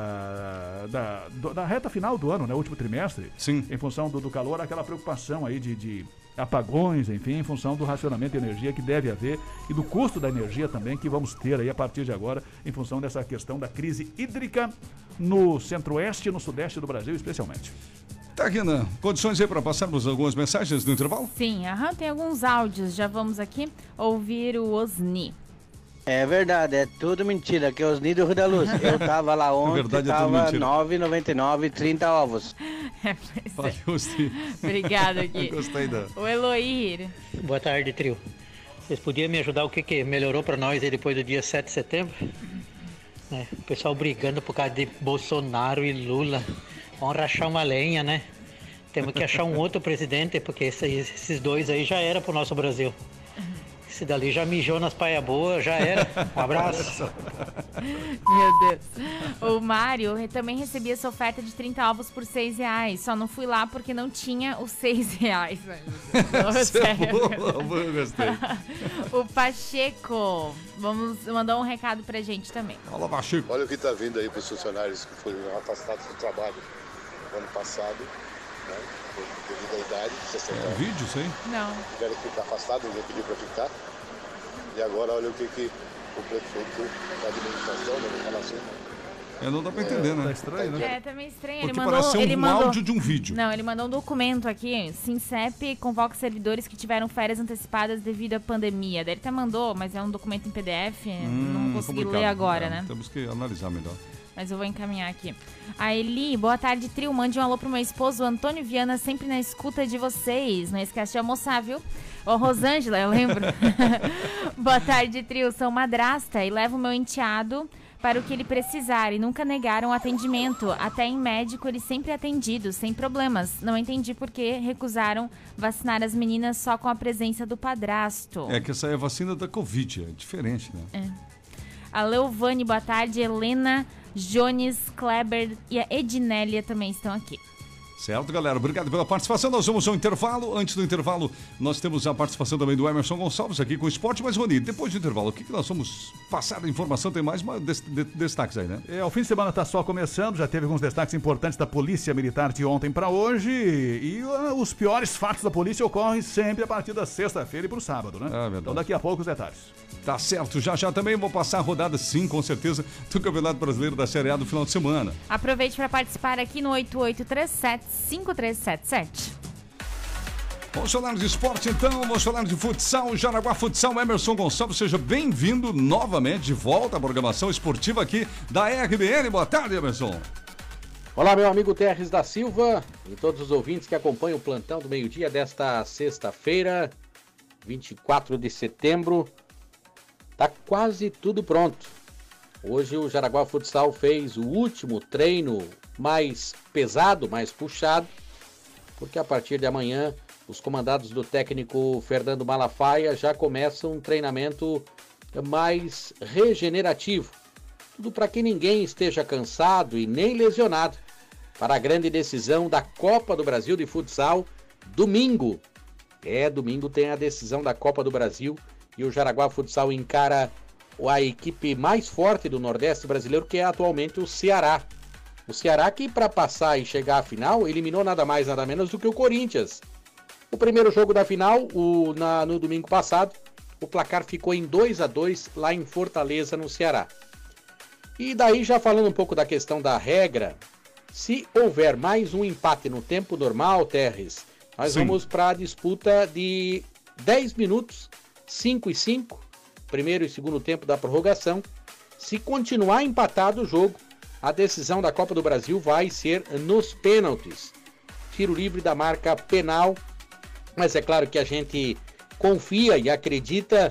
E: da, da, do, da reta final do ano, né, último trimestre,
D: Sim.
E: em função do, do calor, aquela preocupação aí de, de apagões, enfim, em função do racionamento de energia que deve haver e do custo da energia também que vamos ter aí a partir de agora, em função dessa questão da crise hídrica no centro-oeste e no sudeste do Brasil, especialmente.
D: Tá, Guina, condições aí para passarmos algumas mensagens no intervalo?
F: Sim, aham, tem alguns áudios, já vamos aqui ouvir o Osni.
M: É verdade, é tudo mentira, que é Osni do Rio da Luz. Eu tava lá ontem, verdade, tava é nove reais e noventa e nove centavos, trinta ovos.
F: É, obrigado aqui.
D: Gostei da...
F: O Eloir.
N: Boa tarde, trio. Vocês podiam me ajudar o que, que melhorou para nós aí depois do dia sete de setembro? É, o pessoal brigando por causa de Bolsonaro e Lula. Vamos rachar uma lenha, né? Temos que achar um outro presidente, porque esses, esses dois aí já era pro nosso Brasil. Esse dali já mijou nas paias boas, já era. Um abraço.
F: Meu Deus. O Mário também recebia essa oferta de trinta ovos por seis reais. Só não fui lá porque não tinha os seis reais.
D: Eu gostei.
F: O Pacheco, vamos mandar um recado pra gente também.
D: Fala, Pacheco.
O: Olha o que tá vindo aí pros funcionários que foram afastados do trabalho no ano passado, né? Devido à idade, sessenta anos.
D: É vídeo isso aí?
F: Não.
O: Tiveram que ficar afastados, ninguém pediu para ficar. E agora olha o que, que o prefeito da administração, da relação.
D: É, não dá pra entender,
O: é,
D: né?
O: Tá estranho, né?
F: É, tá meio estranho.
D: Porque
F: ele mandou,
D: parece um
F: ele mandou,
D: áudio de um vídeo.
F: Não, ele mandou um documento aqui. Sincep convoca servidores que tiveram férias antecipadas devido à pandemia. Daí ele até mandou, mas é um documento em P D F. Hum, não consegui ler agora, é, né?
D: Temos que analisar melhor.
F: Mas eu vou encaminhar aqui. A Eli, boa tarde, trio. Mande um alô pro meu esposo, Antônio Viana, sempre na escuta de vocês. Não esquece de almoçar, viu? Ô, Rosângela, eu lembro. Boa tarde, trio. Sou madrasta e levo meu enteado para o que ele precisar e nunca negaram atendimento. Até em médico ele sempre é atendido, sem problemas. Não entendi por que recusaram vacinar as meninas só com a presença do padrasto.
D: É que essa é a vacina da Covid, é diferente, né?
F: É. A Leovane, boa tarde. Helena, Jones, Kleber e a Ednélia também estão aqui.
D: Certo, galera? Obrigado pela participação. Nós vamos ao intervalo. Antes do intervalo, nós temos a participação também do Emerson Gonçalves aqui com o Esporte. Mas, Rony, depois do intervalo, o que, que nós vamos passar de informação? Tem mais uma des de destaques aí, né?
E: É, o fim de semana está só começando. Já teve alguns destaques importantes da Polícia Militar de ontem para hoje. E uh, os piores fatos da polícia ocorrem sempre a partir da sexta-feira e para o sábado, né?
D: Ah,
E: então, daqui a pouco os detalhes.
D: Tá certo. Já já também vou passar a rodada, sim, com certeza, do Campeonato Brasileiro da Série A do final de semana.
F: Aproveite para participar aqui no oito oito três sete, cinco três sete sete.
D: Vamos falar de esporte então, vamos falar de futsal, Jaraguá Futsal. Emerson Gonçalves, seja bem-vindo novamente de volta à programação esportiva aqui da R B N. Boa tarde, Emerson.
P: Olá, meu amigo Terres da Silva e todos os ouvintes que acompanham o plantão do meio-dia desta sexta-feira, vinte e quatro de setembro. Tá quase tudo pronto. Hoje o Jaraguá Futsal fez o último treino mais pesado, mais puxado, porque a partir de amanhã os comandados do técnico Fernando Malafaia já começam um treinamento mais regenerativo. Tudo para que ninguém esteja cansado e nem lesionado para a grande decisão da Copa do Brasil de Futsal, domingo. É, domingo tem a decisão da Copa do Brasil e o Jaraguá Futsal encara a equipe mais forte do Nordeste brasileiro, que é atualmente o Ceará. O Ceará que, para passar e chegar à final, eliminou nada mais, nada menos do que o Corinthians. O primeiro jogo da final, o, na, no domingo passado, o placar ficou em dois a dois lá em Fortaleza, no Ceará. E daí, já falando um pouco da questão da regra, se houver mais um empate no tempo normal, Terres, nós Sim. vamos para a disputa de dez minutos, cinco e cinco, primeiro e segundo tempo da prorrogação. Se continuar empatado o jogo, a decisão da Copa do Brasil vai ser nos pênaltis. Tiro livre da marca penal, mas é claro que a gente confia e acredita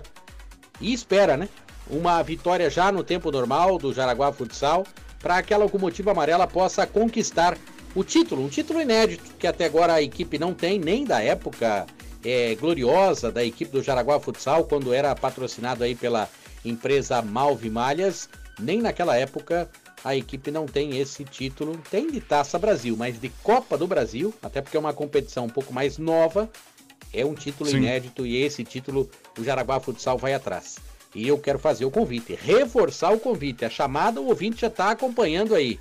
P: e espera, né? Uma vitória já no tempo normal do Jaraguá Futsal, para que a Locomotiva Amarela possa conquistar o título, um título inédito que até agora a equipe não tem, nem da época é, gloriosa da equipe do Jaraguá Futsal, quando era patrocinado aí pela empresa Malve Malhas, nem naquela época a equipe não tem esse título. Tem de Taça Brasil, mas de Copa do Brasil, até porque é uma competição um pouco mais nova, é um título Sim. inédito e esse título o Jaraguá Futsal vai atrás. E eu quero fazer o convite, reforçar o convite, a chamada o ouvinte já está acompanhando aí.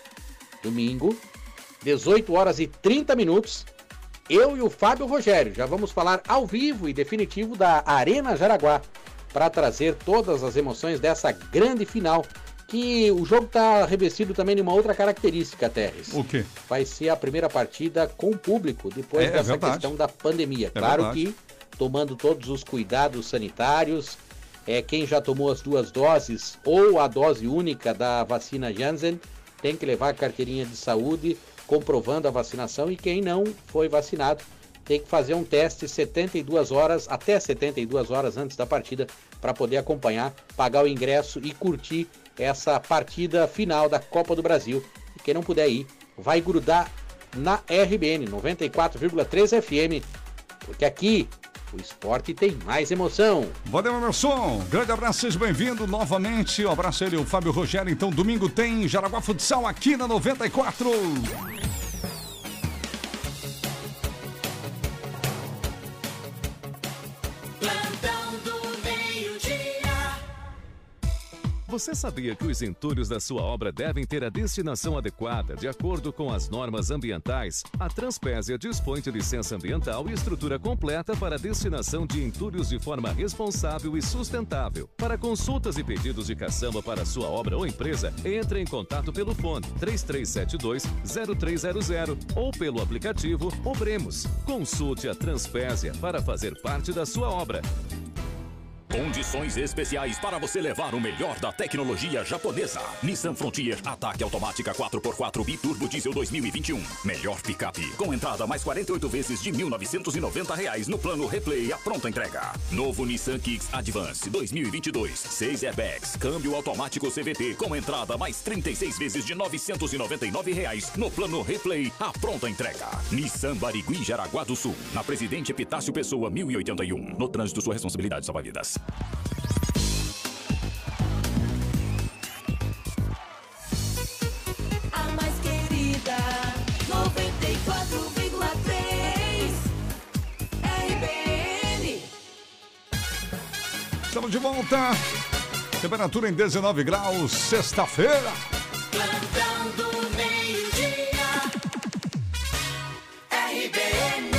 P: Domingo, dezoito horas e trinta minutos, eu e o Fábio Rogério já vamos falar ao vivo e definitivo da Arena Jaraguá para trazer todas as emoções dessa grande final, que o jogo está revestido também de uma outra característica, Terres.
D: O quê?
P: Vai ser a primeira partida com o público, depois
D: é,
P: dessa
D: é
P: questão da pandemia.
D: É
P: claro
D: verdade.
P: que tomando todos os cuidados sanitários, é, quem já tomou as duas doses ou a dose única da vacina Janssen tem que levar a carteirinha de saúde comprovando a vacinação, e quem não foi vacinado tem que fazer um teste setenta e duas horas, até setenta e duas horas antes da partida, para poder acompanhar, pagar o ingresso e curtir essa partida final da Copa do Brasil. E quem não puder ir, vai grudar na R B N noventa e quatro vírgula três F M, porque aqui o esporte tem mais emoção.
D: Valeu, Emerson. Grande abraço, seja bem-vindo novamente. Um abraço a ele, o Fábio Rogério. Então, domingo tem Jaraguá Futsal aqui na noventa e quatro.
Q: Você sabia que os entulhos da sua obra devem ter a destinação adequada, de acordo com as normas ambientais? A Transpésia dispõe de licença ambiental e estrutura completa para a destinação de entulhos de forma responsável e sustentável. Para consultas e pedidos de caçamba para sua obra ou empresa, entre em contato pelo fone três três sete dois, zero três zero zero ou pelo aplicativo Obremos. Consulte a Transpésia para fazer parte da sua obra.
R: Condições especiais para você levar o melhor da tecnologia japonesa. Nissan Frontier Ataque Automática quatro por quatro Biturbo Diesel dois mil e vinte e um. Melhor picape. Com entrada mais quarenta e oito vezes de mil novecentos e noventa reais no plano Replay, a pronta entrega. Novo Nissan Kicks Advance dois mil e vinte e dois. seis airbags. Câmbio automático C V T com entrada mais trinta e seis vezes de novecentos e noventa e nove reais no plano Replay, a pronta entrega. Nissan Barigui, Jaraguá do Sul. Na Presidente Epitácio Pessoa mil e oitenta e um. No trânsito, sua responsabilidade salva vidas.
B: A mais querida noventa e quatro.
D: Estamos de volta. Temperatura em dezenove graus, sexta-feira.
B: Plantão do meio-dia. R B N.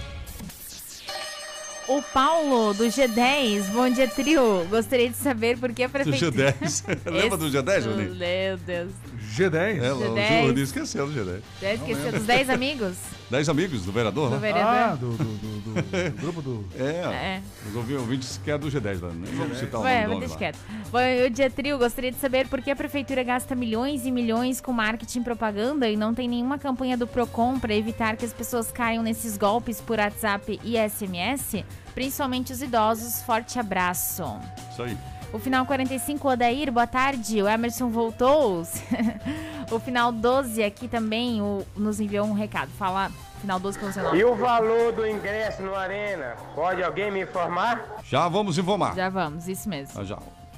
F: O Paulo, do G dez, bom dia, trio. Gostaria de saber por que a
D: Do
F: prefeitura...
D: G dez. Lembra do G dez, Juninho?
F: Meu Deus.
E: G dez?
D: É, o
F: G dez.
D: Juninho esqueceu do G dez.
F: Já esqueceu dos dez amigos?
D: Dez amigos do vereador,
F: Do
D: né?
F: vereador.
E: Ah, do, do, do, do, do grupo do...
D: É,
F: É.
D: os ouvi- ouvintes que é do G dez lá, né? Vamos citar o
F: Ué,
D: nome
F: vou
D: do
F: deixar
D: lá.
F: quieto. Bom, o dia trio, gostaria de saber por que a prefeitura gasta milhões e milhões com marketing e propaganda e não tem nenhuma campanha do Procon para evitar que as pessoas caiam nesses golpes por WhatsApp e S M S, principalmente os idosos. Forte abraço.
D: Isso aí.
F: O final quarenta e cinco, Odair, boa tarde. O Emerson voltou. O final doze aqui também o, nos enviou um recado. Fala, final doze com o seu nome.
S: E o valor do ingresso no Arena? Pode alguém me informar?
D: Já vamos informar.
F: Já vamos, isso mesmo.
D: Ah, já.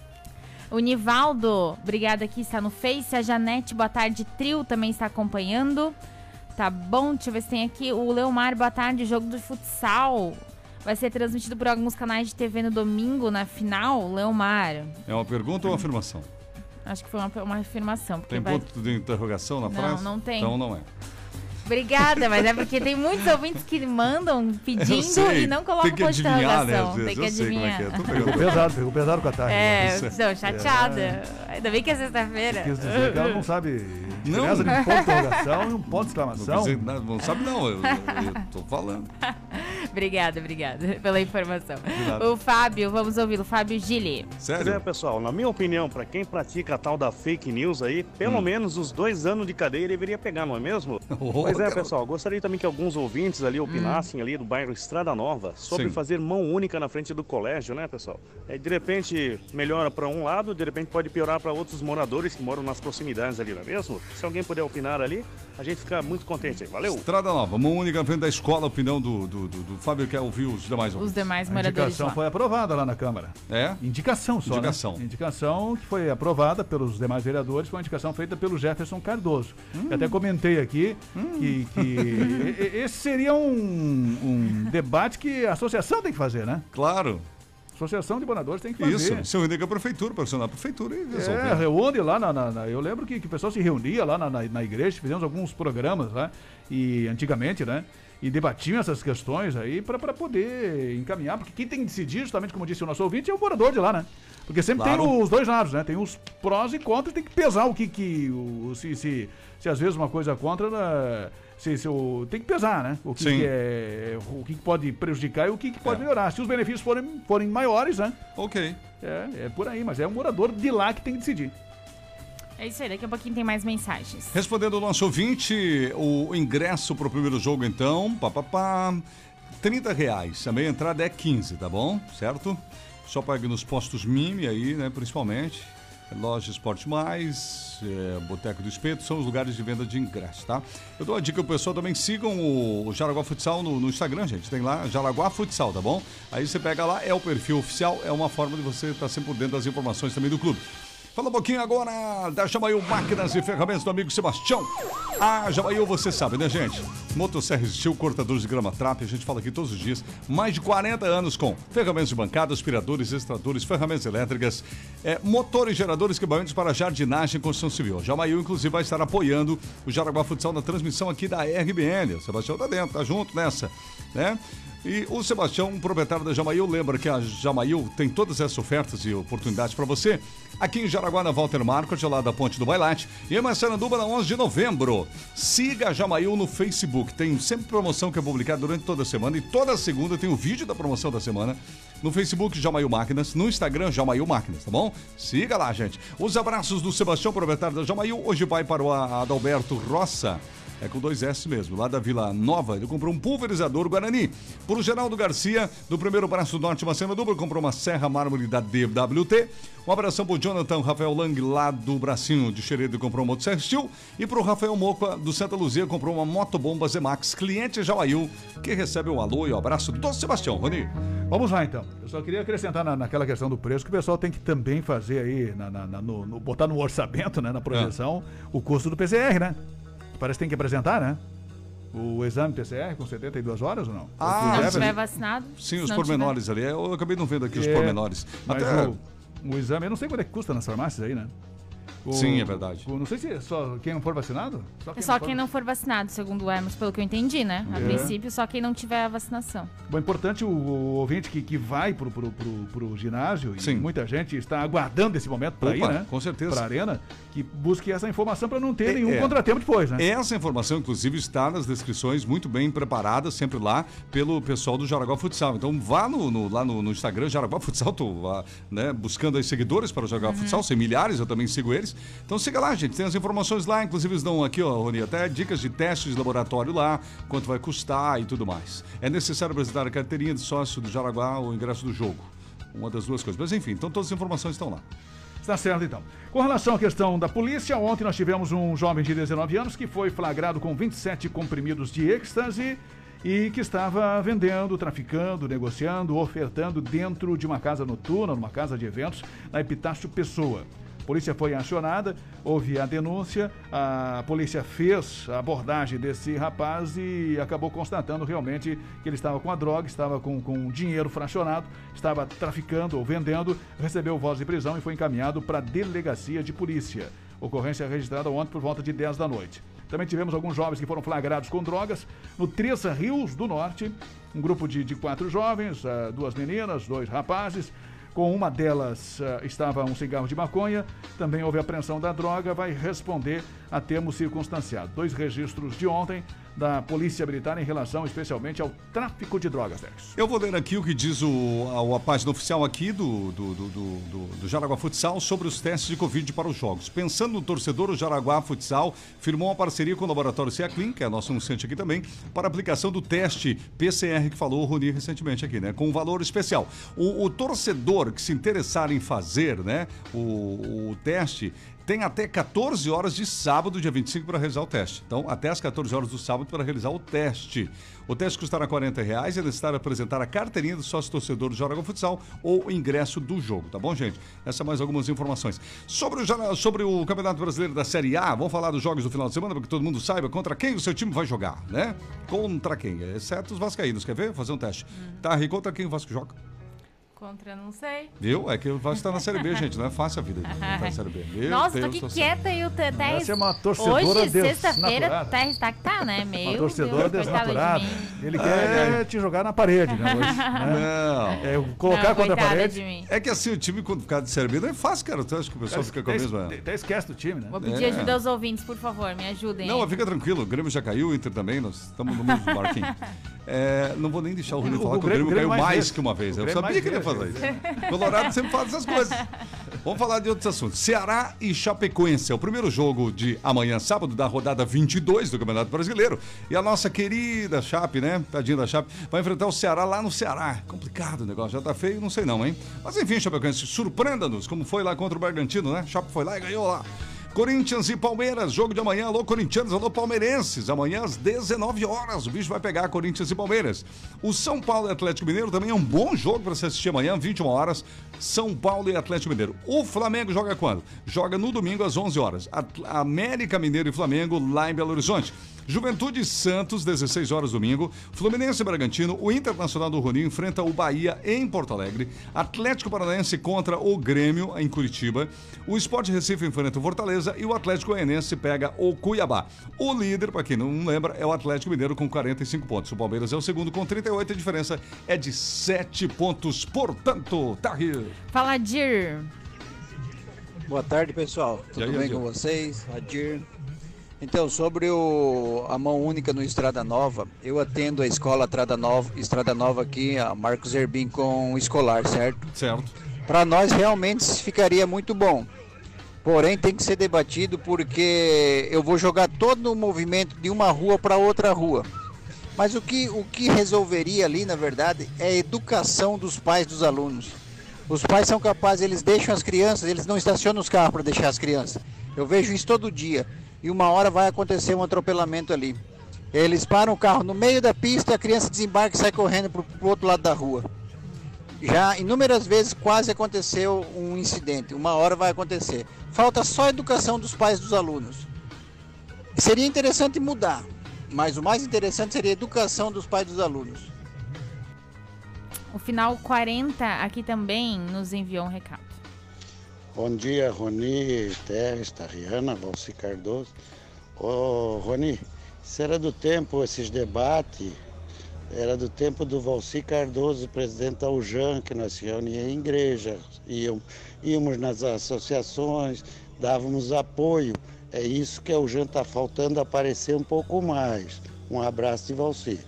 F: O Nivaldo, obrigado aqui, está no Face. A Janete, boa tarde, trio, também está acompanhando. Tá bom, deixa eu ver se tem aqui. O Leomar, boa tarde, jogo do futsal. Vai ser transmitido por alguns canais de T V no domingo, na final, Leomar.
D: É uma pergunta ou uma afirmação?
F: Acho que foi uma, uma afirmação. Porque
D: Tem
F: vai...
D: ponto de interrogação na
F: Não,
D: frase?
F: não tem.
D: Então não é.
F: Obrigada, mas é porque tem muitos ouvintes que mandam pedindo
D: sei.
F: e não colocam
D: Tem que
F: ponto de
D: adivinhar, né,
F: interrogação.
D: às vezes.
F: Tem que
D: Eu sei como é
F: adivinhar.
D: que é. Tô
E: Pegou pesado, pegou pesado com a tarde.
F: É,
E: Isso.
F: estou chateada. Ainda bem que é sexta-feira.
E: Quis dizer que ela não sabe
D: Não.
E: diferença de um ponto de interrogação e um ponto de exclamação.
D: Não, quer dizer nada, não sabe não, eu, eu, eu tô falando.
F: Obrigada, obrigada pela informação.
D: nada.
F: O Fábio, vamos ouvi-lo. Fábio Gili.
D: Sério?
T: É, pessoal, na minha opinião, pra quem pratica a tal da fake news aí, pelo
D: Hum.
T: menos os dois anos de cadeia deveria pegar, não é mesmo?
D: Oh,
T: pois é,
D: cara.
T: pessoal, gostaria também que alguns ouvintes ali opinassem ali do bairro Estrada Nova sobre
D: Sim.
T: fazer mão única na frente do colégio, né, pessoal? É, de repente melhora pra um lado, de repente pode piorar pra outros moradores que moram nas proximidades ali, não é mesmo? Se alguém puder opinar ali, a gente fica muito contente aí. Valeu!
D: Estrada Nova, mão única na frente da escola, opinião do, do, do, do Fábio, quer ouvir os demais
F: Os
D: ouvintes.
F: demais
E: A
F: moradores
E: indicação
F: lá.
E: foi aprovada lá na Câmara.
D: É?
E: Indicação só,
D: Indicação.
E: né? Indicação que foi aprovada pelos demais vereadores, foi uma indicação feita pelo Jefferson Cardoso.
D: Hum.
E: Eu até comentei aqui que, que e- e- esse seria um, um debate que a associação tem que fazer, né?
D: Claro.
E: Associação de moradores tem que fazer.
D: Isso, se reunir com a prefeitura, pressionar a prefeitura e resolver.
E: É, reúne lá na, na- na- eu lembro que, que o pessoal se reunia lá na, na, na igreja, fizemos alguns programas lá, e antigamente, né? E debatiam essas questões aí para poder encaminhar, porque quem tem que decidir, justamente como disse o nosso ouvinte, é o morador de lá, né? Porque sempre
D: Claro.
E: tem os dois lados, né? Tem os prós e contras, tem que pesar o que que. O, se, se, se às vezes uma coisa é contra, né? se, se o, tem que pesar, né? O que,
D: Sim.
E: que é. O que, que pode prejudicar e o que, que pode melhorar. Se os benefícios forem, forem maiores, né?
D: Ok.
E: É, é por aí, mas é o morador de lá que tem que decidir.
F: É isso aí, daqui a pouquinho tem mais mensagens.
D: Respondendo o nosso ouvinte, o ingresso pro primeiro jogo, então, papapá, trinta reais. A meia entrada é quinze, tá bom? Certo? Só pague nos postos Mimi aí, né, principalmente. Loja Esporte Mais, é, Boteco do Espeto, são os lugares de venda de ingresso, tá? Eu dou a dica pro pessoal também, sigam o, o Jaraguá Futsal no, no Instagram, gente. Tem lá Jaraguá Futsal, tá bom? Aí você pega lá, é o perfil oficial, é uma forma de você estar sempre por dentro das informações também do clube. Fala um pouquinho agora da Jamaiu Máquinas e Ferramentas do amigo Sebastião. A Jamaiu, você sabe, né, gente? Motosserra Steel, cortadores de grama trap, a gente fala aqui todos os dias. Mais de quarenta anos com ferramentas de bancada, aspiradores, extratores, ferramentas elétricas, é, motores, geradores, equipamentos para jardinagem e construção civil. A Jamaiu, inclusive, vai estar apoiando o Jaraguá Futsal na transmissão aqui da R B N. O Sebastião tá dentro, tá junto nessa, né? E o Sebastião, um proprietário da Jamaiu, lembra que a Jamaiu tem todas essas ofertas e oportunidades para você. Aqui em Jaraguá, na Walter Marcos, ao lado da Ponte do Bailate. E em Massaranduba, na onze de novembro. Siga a Jamaiu no Facebook. Tem sempre promoção que é publicada durante toda a semana. E toda segunda tem o vídeo da promoção da semana. No Facebook, Jamaiu Máquinas. No Instagram, Jamaiu Máquinas, tá bom? Siga lá, gente. Os abraços do Sebastião, proprietário da Jamaiu. Hoje vai para o Adalberto Roça. É com dois S mesmo, lá da Vila Nova, ele comprou um pulverizador Guarani. Por Geraldo Garcia, do primeiro braço norte, Massaranduba, comprou uma serra mármore da D W T. Um abração pro Jonathan Rafael Lang, lá do bracinho de Xeredo, comprou uma Motosserra Steel. E pro Rafael Moca, do Santa Luzia, comprou uma motobomba Zemax, cliente Jamaiu, que recebe um alô e um abraço do Sebastião. Rony.
E: Vamos lá, então. Eu só queria acrescentar na, naquela questão do preço, que o pessoal tem que também fazer aí, na, na, na, no, no, botar no orçamento, né, na projeção, o custo do P C R, né? Parece que tem que apresentar, né? O exame P C R com setenta e duas horas ou não?
D: Ah,
F: se não estiver vacinado.
D: Sim, os pormenores tiver. ali. Eu acabei não vendo aqui é, os pormenores.
E: Mas
D: Até...
E: o, o exame, eu não sei quanto é que custa nas farmácias aí, né? O,
D: Sim, é verdade.
E: O, não sei se é só quem não for vacinado?
F: Só quem, é só não, for... quem não for vacinado, segundo o Hermes, pelo que eu entendi, né? A é. princípio, só quem não tiver a vacinação.
E: Bom, importante o, o ouvinte que, que vai pro, pro, pro, pro ginásio, Sim. e muita gente está aguardando esse momento para ir, né?
D: Com certeza.
E: Para a arena, que busque essa informação para não ter
D: é,
E: nenhum
D: é.
E: contratempo depois, né?
D: Essa informação, inclusive, está nas descrições muito bem preparadas, sempre lá, pelo pessoal do Jaraguá Futsal. Então, vá no, no, lá no, no Instagram, Jaraguá Futsal, tô ah, né, buscando aí seguidores para o Jaraguá uhum. Futsal, são milhares, eu também sigo eles. Então, siga lá, gente, tem as informações lá, inclusive eles dão aqui, ó, Rony, até dicas de testes de laboratório lá, quanto vai custar e tudo mais. É necessário apresentar a carteirinha de sócio do Jaraguá ou o ingresso do jogo. Uma das duas coisas. Mas enfim, então todas as informações estão lá.
E: Está certo, então. Com relação à questão da polícia, ontem nós tivemos um jovem de dezenove anos que foi flagrado com vinte e sete comprimidos de êxtase e que estava vendendo, traficando, negociando, ofertando dentro de uma casa noturna, numa casa de eventos, na Epitácio Pessoa. A polícia foi acionada, houve a denúncia, a polícia fez a abordagem desse rapaz e acabou constatando realmente que ele estava com a droga, estava com, com dinheiro fracionado, estava traficando ou vendendo, recebeu voz de prisão e foi encaminhado para a delegacia de polícia. Ocorrência registrada ontem por volta de dez da noite. Também tivemos alguns jovens que foram flagrados com drogas no Três Rios do Norte, um grupo de, de quatro jovens, duas meninas, dois rapazes. Com uma delas uh, estava um cigarro de maconha. Também houve apreensão da droga. Vai responder a termo circunstanciado. Dois registros de ontem da Polícia Militar em relação especialmente ao tráfico de drogas, Tex.
D: Eu vou ler aqui o que diz o, a, a página oficial aqui do, do, do, do, do Jaraguá Futsal sobre os testes de Covid para os jogos. Pensando no torcedor, o Jaraguá Futsal firmou uma parceria com o laboratório Ceaclin, que é nosso anunciante aqui também, para a aplicação do teste P C R que falou o Rony recentemente aqui, né? Com um valor especial. O, o torcedor que se interessar em fazer, né, o, o teste, tem até quatorze horas de sábado, dia vinte e cinco, para realizar o teste. Então, até as quatorze horas do sábado para realizar o teste. O teste custará quarenta reais e é necessário apresentar a carteirinha do sócio-torcedor do Jaraguá Futsal ou o ingresso do jogo, tá bom, gente? Essas são mais algumas informações. Sobre o, sobre o Campeonato Brasileiro da Série A, vamos falar dos jogos do final de semana, para que todo mundo saiba contra quem o seu time vai jogar, né? Contra quem? Exceto os vascaínos, quer ver? Fazer um teste. Uhum. Tá, e contra quem o Vasco joga?
F: Contra, não sei.
D: Viu? É que o Vasco está na Série B, gente. Não é fácil a vida de estar na Série B. Meu
F: Nossa,
D: Deus,
F: tô aqui quieta e o Teres...
E: Essa é uma torcedora
F: Hoje, sexta-feira, o Teres tá que tá, né? Meio...
E: Uma torcedora Deus, desnaturada. De Ele quer é. te jogar na parede, né? Hoje, né?
D: Não.
E: É, colocar não, contra a parede.
D: É que assim, o time, quando ficar de Série B, não é fácil, cara. Tu acha que o pessoal fica com a mesma...
E: Até esquece do time, né?
F: Vou pedir é. ajuda aos ouvintes, por favor. Me ajudem.
D: Não, fica tranquilo. O Grêmio já caiu, o Inter também. Nós estamos no mesmo barquinho. É, não vou nem deixar o Rony falar que o Grêmio, o Grêmio caiu mais, mais que uma vez. Eu sabia que ele ia fazer isso. Colorado sempre fala essas coisas. Vamos falar de outros assuntos. Ceará e Chapecoense. É o primeiro jogo de amanhã, sábado, da rodada vinte e dois do Campeonato Brasileiro. E a nossa querida Chape, né? Tadinha da Chape, vai enfrentar o Ceará lá no Ceará. Complicado o negócio. Já tá feio, não sei não, hein? Mas enfim, Chapecoense, surpreenda-nos, como foi lá contra o Bragantino, né? Chape foi lá e ganhou lá. Corinthians e Palmeiras, jogo de amanhã, alô corintianos, alô palmeirenses, amanhã às dezenove horas, o bicho vai pegar Corinthians e Palmeiras. O São Paulo e Atlético Mineiro também é um bom jogo para você assistir amanhã, vinte e uma horas, São Paulo e Atlético Mineiro. O Flamengo joga quando? Joga no domingo às onze horas, América Mineiro e Flamengo lá em Belo Horizonte. Juventude e Santos, dezesseis horas domingo. Fluminense e Bragantino. O Internacional do Roninho enfrenta o Bahia em Porto Alegre. Atlético Paranaense contra o Grêmio em Curitiba. O Sport Recife enfrenta o Fortaleza e o Atlético Goianiense pega o Cuiabá. O líder, para quem não lembra, é o Atlético Mineiro com quarenta e cinco pontos. O Palmeiras é o segundo com trinta e oito. A diferença é de sete pontos. Portanto, tá aí.
F: Fala, Adir.
U: Boa tarde, pessoal. Tudo aí, bem Adir? Com vocês? Adir. Então, sobre o, a mão única no Estrada Nova, eu atendo a escola Estrada Nova, Estrada Nova aqui, a Marcos Herbin com escolar, certo?
D: Certo.
U: Para nós realmente ficaria muito bom. Porém, tem que ser debatido porque eu vou jogar todo o movimento de uma rua para outra rua. Mas o que, o que resolveria ali, na verdade, é a educação dos pais dos alunos. Os pais são capazes, eles deixam as crianças, eles não estacionam os carros para deixar as crianças. Eu vejo isso todo dia. E uma hora vai acontecer um atropelamento ali. Eles param o carro no meio da pista, a criança desembarca e sai correndo para o outro lado da rua. Já inúmeras vezes quase aconteceu um incidente, uma hora vai acontecer. Falta só a educação dos pais dos alunos. Seria interessante mudar, mas o mais interessante seria a educação dos pais dos alunos.
F: O final quarenta aqui também nos enviou um recado.
A: Bom dia, Roni, Terres, Tariana, Valci Cardoso. Ô, Roni, isso era do tempo, esses debates, era do tempo do Valci Cardoso, presidente da U J A M, que nós se reuníamos em igreja, íamos, íamos nas associações, dávamos apoio. É isso que a U J A M está faltando aparecer um pouco mais. Um abraço de Valci.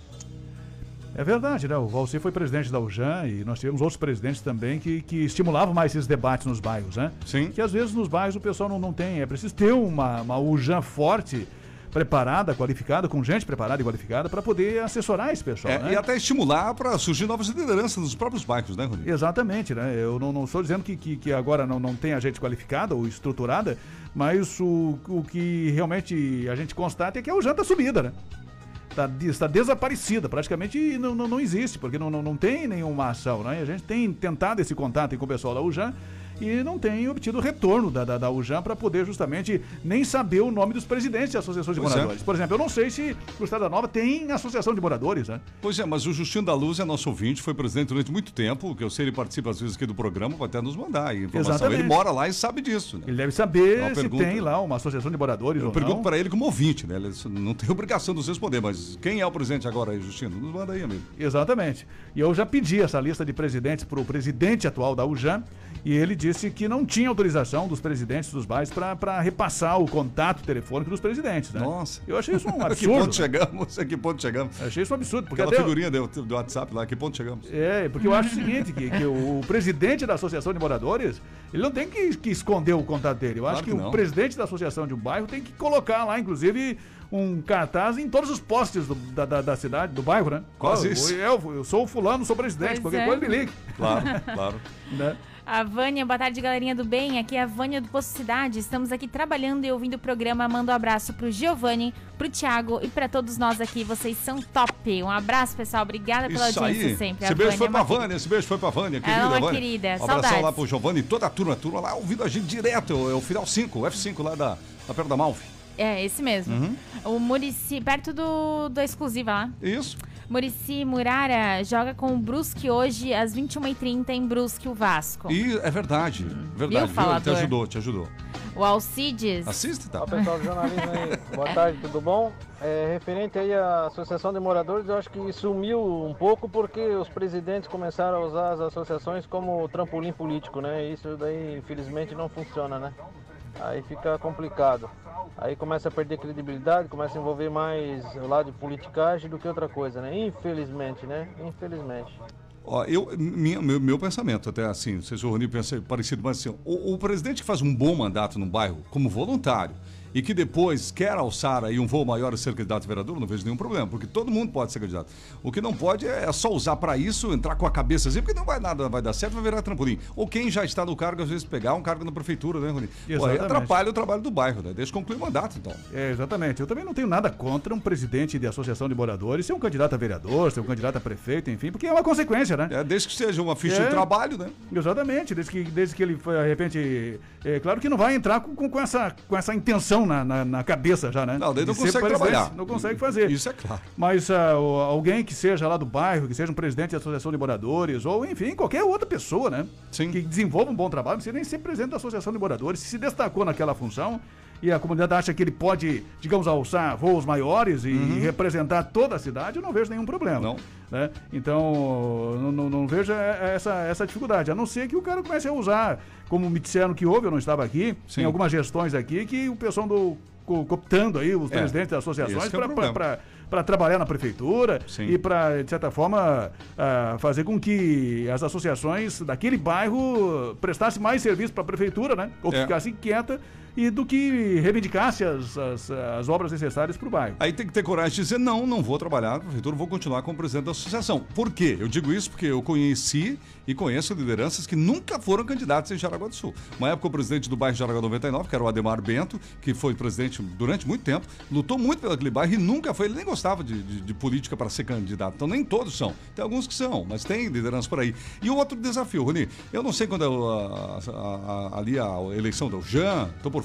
E: É verdade, né? O Valci foi presidente da U J A M e nós tivemos outros presidentes também que, que estimulavam mais esses debates nos bairros, né?
D: Sim.
E: Que às vezes nos bairros o pessoal não, não tem. É preciso ter uma, uma U J A M forte, preparada, qualificada, com gente preparada e qualificada para poder assessorar esse pessoal,
D: É,
E: né?
D: E até estimular para surgir novas lideranças nos próprios bairros, né, Rony?
E: Exatamente, né? Eu não, não estou dizendo que, que, que agora não, não tem a gente qualificada ou estruturada, mas o, o que realmente a gente constata é que a U J A M está sumida, né? Tá, está desaparecida, praticamente não, não, não existe, porque não, não, não tem nenhuma ação, né? A gente tem tentado esse contato com o pessoal da U J A M e não tem obtido retorno da, da, da U J A M para poder justamente nem saber o nome dos presidentes de associações de
D: Pois
E: moradores.
D: é.
E: Por exemplo, eu não sei se o Estrada Nova tem associação de moradores, né?
D: Pois é, mas o Justino da Luz é nosso ouvinte, foi presidente durante muito tempo, que eu sei ele participa às vezes aqui do programa, pode até nos mandar aí informação.
E: Exatamente.
D: Ele mora lá e sabe disso, né?
E: Ele deve saber
D: É uma
E: se
D: pergunta.
E: tem lá uma associação de moradores
D: Eu
E: ou
D: pergunto
E: não.
D: para ele como ouvinte, né? Ele não tem obrigação de nos responder, mas quem é o presidente agora aí, Justino? Nos manda aí, amigo.
E: Exatamente. E eu já pedi essa lista de presidentes para o presidente atual da U J A M e ele disse que não tinha autorização dos presidentes dos bairros para repassar o contato telefônico dos presidentes, né?
D: Nossa.
E: Eu achei isso um
D: A que
E: absurdo.
D: ponto
E: né?
D: chegamos? A que ponto chegamos?
E: Eu achei isso um absurdo. Porque
D: Aquela
E: até...
D: figurinha do, do WhatsApp lá, a que ponto chegamos?
E: É, porque eu acho o seguinte, que, que o, o presidente da Associação de Moradores, ele não tem que, que esconder o contato dele. Eu
D: Claro
E: acho que,
D: que
E: o
D: não.
E: presidente da associação de um bairro tem que colocar lá, inclusive, um cartaz em todos os postes do- da, da, da cidade, do bairro, né?
D: Quase
E: Ó,
D: isso.
E: Eu, eu sou o fulano, sou presidente,
F: Pois
E: qualquer
F: é.
E: coisa me ligue.
D: Claro, claro.
E: Né?
F: A Vânia, boa tarde, galerinha do bem. Aqui é a Vânia do Poço Cidade. Estamos aqui trabalhando e ouvindo o programa. Mando um abraço pro Giovanni, pro Thiago e pra todos nós aqui. Vocês são top. Um abraço, pessoal. Obrigada pela
D: Isso
F: audiência
D: aí.
F: sempre.
D: Esse
F: A
D: beijo
F: Vânia
D: foi
F: é
D: pra
F: uma
D: Vânia, esse beijo foi pra Vânia, querida
F: Ela é uma
D: Vânia.
F: querida,
D: Um abração
F: saudades.
D: lá pro Giovanni e toda a turma, a turma lá ouvindo a gente direto. É o final cinco, o F cinco lá da, da perto da Malfi.
F: É, esse mesmo.
D: Uhum.
F: O Murici, perto do, do Exclusiva lá.
D: Isso.
F: Murici Murara joga com o Brusque hoje às vinte e uma e trinta em Brusque, o Vasco.
D: E é verdade, verdade.
F: Viu,
D: Viu? Ele te
F: falador?
D: ajudou, te ajudou.
F: O Alcides.
D: Assiste, tá?
V: Olá, pessoal do jornalismo aí. Boa tarde, tudo bom? É, referente aí à Associação de Moradores, eu acho que sumiu um pouco porque os presidentes começaram a usar as associações como trampolim político, né? Isso daí, infelizmente, não funciona, né? Aí fica complicado. Aí começa a perder credibilidade, começa a envolver mais o lado de politicagem do que outra coisa, né? Infelizmente, né? Infelizmente.
D: Ó, eu, minha- meu, meu pensamento, até assim, não sei se o Rony pensa parecido, mas assim, o, o presidente que faz um bom mandato num bairro como voluntário e que depois quer alçar aí um voo maior e ser candidato a vereador, não vejo nenhum problema, porque todo mundo pode ser candidato. O que não pode é só usar para isso, entrar com a cabeça assim, porque não vai nada, vai dar certo, vai virar trampolim. Ou quem já está no cargo, às vezes pegar um cargo na prefeitura, né, Rony? Pô, aí
E: Exatamente.
D: atrapalha o trabalho do bairro, né? Deixa concluir o mandato, então.
E: É, exatamente. Eu também não tenho nada contra um presidente de associação de moradores ser um candidato a vereador, ser um candidato a prefeito, enfim, porque é uma consequência, né?
D: É, desde que seja uma ficha
E: É.
D: de trabalho, né?
E: Exatamente, desde que, desde que ele, foi, de repente, é claro que não vai entrar com, com, com essa, com essa intenção na, na, na cabeça já, né?
D: Não, daí não
E: De ser
D: consegue
E: presidente,
D: trabalhar.
E: Não consegue fazer.
D: Isso é claro.
E: Mas ah, o- alguém que seja lá do bairro, que seja um presidente de associação de moradores, ou enfim, qualquer outra pessoa, né?
D: Sim.
E: Que desenvolva um bom trabalho, não precisa nem ser presidente da associação de moradores, se se destacou naquela função e a comunidade acha que ele pode, digamos, alçar voos maiores e
D: Uhum.
E: representar toda a cidade, eu não vejo nenhum problema.
D: Não.
E: Né? Então, não, não, não vejo é- essa, essa dificuldade, a não ser que o cara comece a usar, como me disseram que houve, eu não estava aqui,
D: Sim.
E: em algumas gestões aqui, que o pessoal do co- cooptando aí os
D: É,
E: presidentes das associações
D: esse que é o problema.
E: para trabalhar na prefeitura
D: Sim.
E: e para, de certa forma, ah, fazer com que as associações daquele bairro prestassem mais serviço para a prefeitura, né? Ou
D: É.
E: ficassem quieta e do que reivindicasse as, as, as obras necessárias para o bairro.
D: Aí tem que ter coragem de dizer, não, não vou trabalhar na prefeitura, vou continuar como presidente da associação. Por quê? Eu digo isso porque eu conheci e conheço lideranças que nunca foram candidatos em Jaraguá do Sul. Uma época o presidente do bairro Jaraguá noventa e nove, que era o Ademar Bento, que foi presidente durante muito tempo, lutou muito pelo aquele bairro e nunca foi, ele nem gostava de, de- de política para ser candidato. Então nem todos são. Tem alguns que são, mas tem liderança por aí. E o outro desafio, Rony, eu não sei quando é o- a- a- a- ali a eleição da U J A M, tô por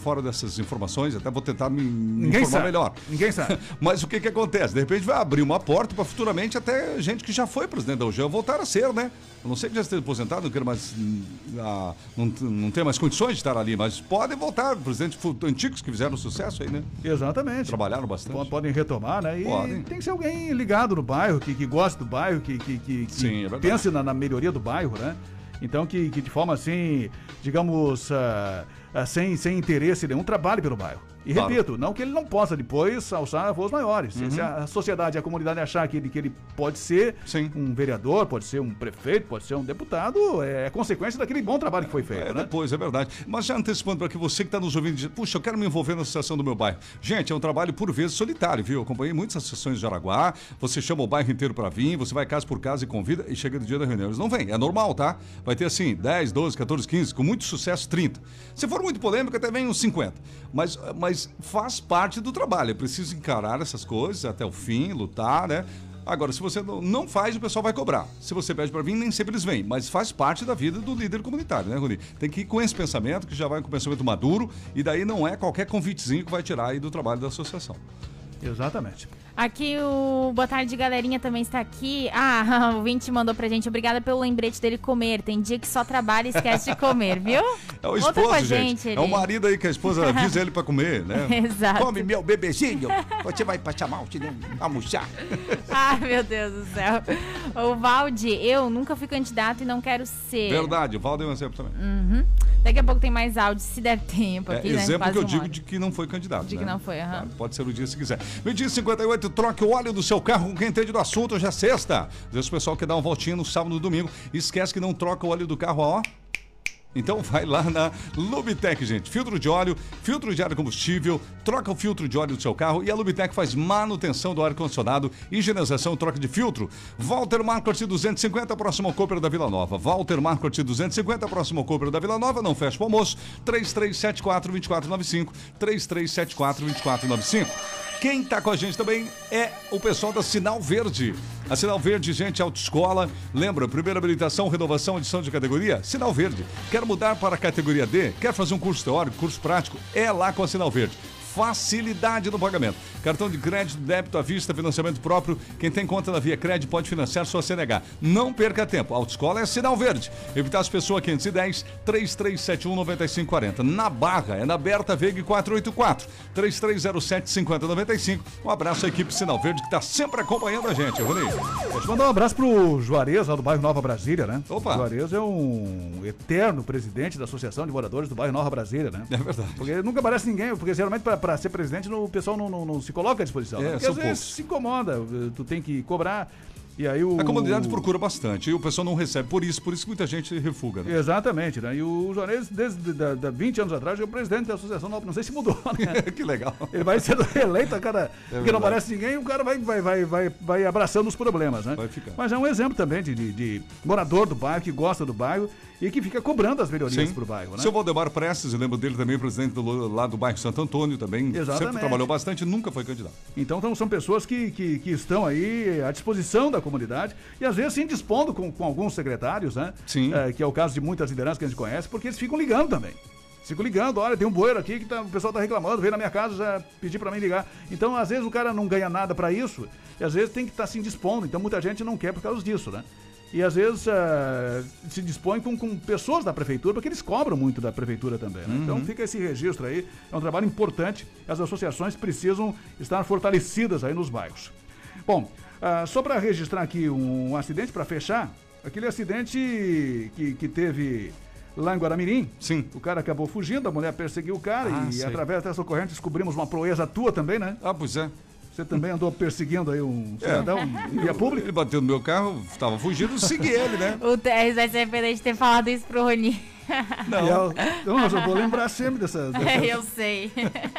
D: fora dessas informações, até vou tentar me
E: Ninguém
D: informar
E: sabe.
D: melhor.
E: Ninguém sabe.
D: Mas o que que acontece? De repente vai abrir uma porta para futuramente até gente que já foi presidente da U G A voltar a ser, né? Eu não sei que já esteja aposentado, não quero mais, ah, não, não tem mais condições de estar ali, mas podem voltar, presidentes antigos que fizeram sucesso aí, né?
E: Exatamente.
D: Trabalharam bastante.
E: Podem retomar, né? E
D: Podem.
E: tem que ser alguém ligado no bairro, que, que gosta do bairro, que, que, que, que
D: Sim, é verdade.
E: pense na, na melhoria do bairro, né? Então, que, que de forma assim, digamos, ah, ah, sem, sem interesse nenhum, trabalhe pelo bairro. E
D: Claro.
E: repito, não que ele não possa depois alçar voos maiores.
D: Uhum.
E: Se a sociedade, a comunidade achar que ele, que ele pode ser
D: Sim.
E: um vereador, pode ser um prefeito, pode ser um deputado, é consequência daquele bom trabalho que foi feito,
D: É,
E: né?
D: depois, é verdade. Mas já antecipando para que você que está nos ouvindo diz, puxa, eu quero me envolver na associação do meu bairro. Gente, é um trabalho por vezes solitário, viu? Eu acompanhei muitas associações de Jaraguá, você chama o bairro inteiro para vir, você vai casa por casa e convida e chega no dia da reunião. Eles não vêm, é normal, tá? Vai ter assim, dez, doze, quatorze, quinze, com muito sucesso, trinta. Se for muito polêmico, até vem uns cinquenta. Mas, mas faz parte do trabalho, é preciso encarar essas coisas até o fim, lutar, né? Agora, se você não faz, o pessoal vai cobrar. Se você pede para vir, nem sempre eles vêm. Mas faz parte da vida do líder comunitário, né, Rony? Tem que ir com esse pensamento, que já vai com o pensamento maduro, e daí não é qualquer convitezinho que vai tirar aí do trabalho da associação.
E: Exatamente.
F: Aqui o Boa Tarde Galerinha também está aqui. Ah, o Vinte mandou pra gente. Obrigada pelo lembrete dele comer. Tem dia que só trabalha e esquece de comer, viu?
D: É o
F: Volta com
D: esposo,
F: a
D: gente.
F: gente,
D: É o
F: ele.
D: marido aí que a esposa avisa ele para comer, né?
F: Exato.
D: Come, meu bebezinho. Você vai para chamar o te almoçar.
F: Ai, meu Deus do céu. O Valde, eu nunca fui candidato e não quero ser.
D: Verdade, o Valdo é um exemplo também.
F: Uhum. Daqui a pouco tem mais áudio, se der tempo aqui,
D: É,
F: né?
D: exemplo
F: Quase
D: que eu
F: uma
D: digo
F: hora.
D: de que não foi candidato.
F: De que
D: né?
F: não foi, aham.
D: Claro, pode ser o dia se quiser. Meio-dia e cinquenta e oito, troque o óleo do seu carro com quem entende do assunto. Hoje é sexta. Às vezes o pessoal quer dar uma voltinha no sábado e no domingo. Esquece que não troca o óleo do carro, ó. Então vai lá na Lubitec, gente. Filtro de óleo, filtro de ar e combustível, troca o filtro de óleo do seu carro e a Lubitec faz manutenção do ar-condicionado, higienização, troca de filtro. Walter Marcos duzentos e cinquenta, próximo ao Cooper da Vila Nova. Walter Marcos duzentos e cinquenta, próximo ao Cooper da Vila Nova. Não fecha o almoço. três três sete quatro, dois quatro nove cinco. três três sete quatro, dois quatro nove cinco. Quem está com a gente também é o pessoal da Sinal Verde. A Sinal Verde, gente, autoescola. Lembra, primeira habilitação, renovação, edição de categoria? Sinal Verde. Quer mudar para a categoria D? Quer fazer um curso teórico, curso prático? É lá com a Sinal Verde. Facilidade no pagamento. Cartão de crédito, débito à vista, financiamento próprio. Quem tem conta na Via Cred pode financiar sua C N H. Não perca tempo. A autoescola é Sinal Verde. Evitar as pessoas quinhentos e dez, três três sete um, nove cinco quatro zero. Na Barra, é na Berta Veiga quatrocentos e oitenta e quatro, três três zero sete, cinco zero nove cinco. Um abraço à equipe Sinal Verde que está sempre acompanhando a gente, Rony.
E: Deixa eu mandar um abraço pro Juarez, lá do bairro Nova Brasília, né?
D: Opa.
E: O Juarez é um eterno presidente da Associação de Moradores do bairro Nova Brasília, né?
D: É verdade.
E: Porque nunca aparece ninguém, porque geralmente para ser presidente no- o pessoal não, não- não se coloca à disposição.
D: É,
E: né? Porque
D: são
E: às vezes
D: poucos.
E: se incomoda, tu tem que cobrar. E aí o...
D: A comunidade procura bastante e o pessoal não recebe por isso, por isso que muita gente refuga, né?
E: Exatamente, né? E o Juarez, desde da, da vinte anos atrás, é o presidente da Associação Nova, não sei se mudou, né?
D: Que legal.
E: Ele vai sendo reeleito a cada... porque não
D: verdade.
E: aparece ninguém, o cara vai, vai, vai, vai, vai abraçando os problemas, né?
D: Vai ficar.
E: Mas é um exemplo também de, de, de morador do bairro, que gosta do bairro e que fica cobrando as melhorias
D: Sim.
E: pro bairro, né?
D: Seu Valdemar Prestes, eu lembro dele também, presidente do, lá do bairro Santo Antônio também.
E: Exatamente.
D: Sempre trabalhou bastante, nunca foi candidato.
E: Então, então são pessoas que, que, que estão aí à disposição da comunidade e às vezes se indispondo com, com alguns secretários, né?
D: Sim.
E: É, que é o caso de muitas lideranças que a gente conhece, porque eles ficam ligando também. Ficam ligando, olha, tem um bueiro aqui que tá, o pessoal tá reclamando, veio na minha casa já pedir pra mim ligar. Então, às vezes o cara não ganha nada pra isso e às vezes tem que estar se indispondo. Então, muita gente não quer por causa disso, né? E às vezes uh, se dispõe com, com pessoas da prefeitura, porque eles cobram muito da prefeitura também, né?
D: Uhum.
E: Então fica esse registro aí, é um trabalho importante, as associações precisam estar fortalecidas aí nos bairros. Bom, uh, só para registrar aqui um, um acidente, para fechar, aquele acidente que, que teve lá em Guaramirim.
D: Sim.
E: O cara acabou fugindo, a mulher perseguiu o cara
D: Ah,
E: e
D: sei.
E: através dessa corrente descobrimos uma proeza tua também, né?
D: Ah, pois é.
E: Você também andou perseguindo aí um cidadão em via pública?
D: Ele bateu no meu carro, estava fugindo, eu segui ele, né?
F: O Teres vai se arrepender de ter falado isso pro Rony.
E: Não. Eu, eu, eu vou lembrar sempre dessa... dessa...
F: É, eu sei.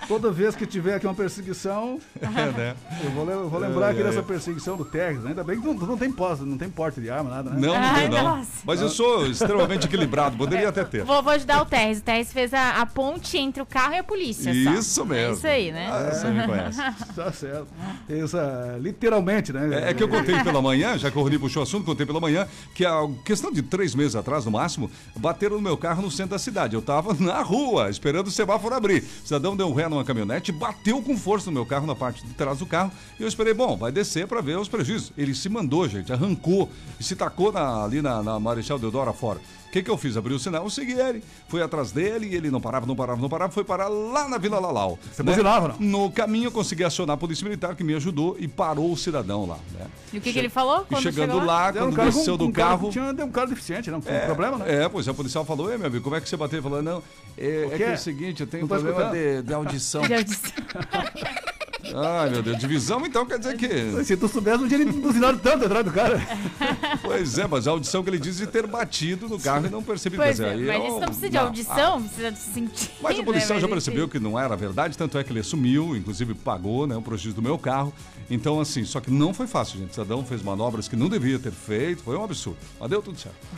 E: Toda vez que tiver aqui uma perseguição,
D: É, né?
E: eu vou, le- eu vou lembrar
D: É,
E: aqui
D: é,
E: dessa
D: é.
E: perseguição do Terres, né? Ainda bem que não, não tem posse, não tem porte de arma, nada, né?
D: Não, não tem não.
F: nossa.
D: Mas eu sou extremamente equilibrado, poderia até ter.
F: Vou, vou ajudar o Terres. O Terres fez a, a ponte entre o carro e a polícia. só.
D: Isso mesmo.
F: É isso aí, né?
D: Ah, você me conhece.
E: Tá certo. Essa, literalmente, né?
D: É, é que eu contei pela manhã, já que o Rony puxou o assunto, contei pela manhã, que a questão de três meses atrás, no máximo, bateram no meu carro no centro da cidade. Eu tava na rua, esperando o semáforo abrir. O cidadão deu um ré numa caminhonete, bateu com força no meu carro, na parte de trás do carro, e eu esperei, bom, vai descer pra ver os prejuízos. Ele se mandou, gente, arrancou e se tacou na- ali na, na Marechal Deodoro fora. O que que eu fiz? Abri o sinal, eu segui ele, fui atrás dele, e ele não parava, não parava, não parava, foi parar lá na Vila Lalau.
E: Você buzinava, não?
D: No caminho eu consegui acionar a polícia militar, que me ajudou e parou o cidadão lá, né?
F: E o que, que ele falou?
D: E
F: Quando
D: chegando
F: chegou
D: lá,
E: Era
D: quando
E: um cara com-
D: desceu
E: com
D: do
E: um cara
D: carro...
E: que Tinha um cara deficiente, não? Tinha
D: É,
E: problema, né?
D: É, pois é, o policial falou, ei, meu amigo, como é que você bateu? Ele falou, não, é,
E: O
D: é
E: quê?
D: que é o seguinte, eu tenho um
E: Não tá
D: problema
E: escutando?
D: de, de audição.
F: De audição.
D: Ai, meu Deus, divisão então quer dizer que...
E: Se tu soubesse, não tinha nem buzinado tanto atrás do cara.
D: Pois é, mas a audição que ele diz de ter batido no carro e não percebi.
F: Pois
D: quer
F: é,
D: dizer, aí
F: mas
D: eu-
F: isso não precisa de
D: não,
F: audição, precisa de sentir.
D: Mas o
F: né?
D: policial
F: Mas
D: já
F: enfim.
D: percebeu que não era verdade, tanto é que ele assumiu, inclusive pagou, né, o prejuízo do meu carro. Então, assim, só que não foi fácil, gente. O cidadão fez manobras que não devia ter feito, foi um absurdo. Mas deu tudo certo.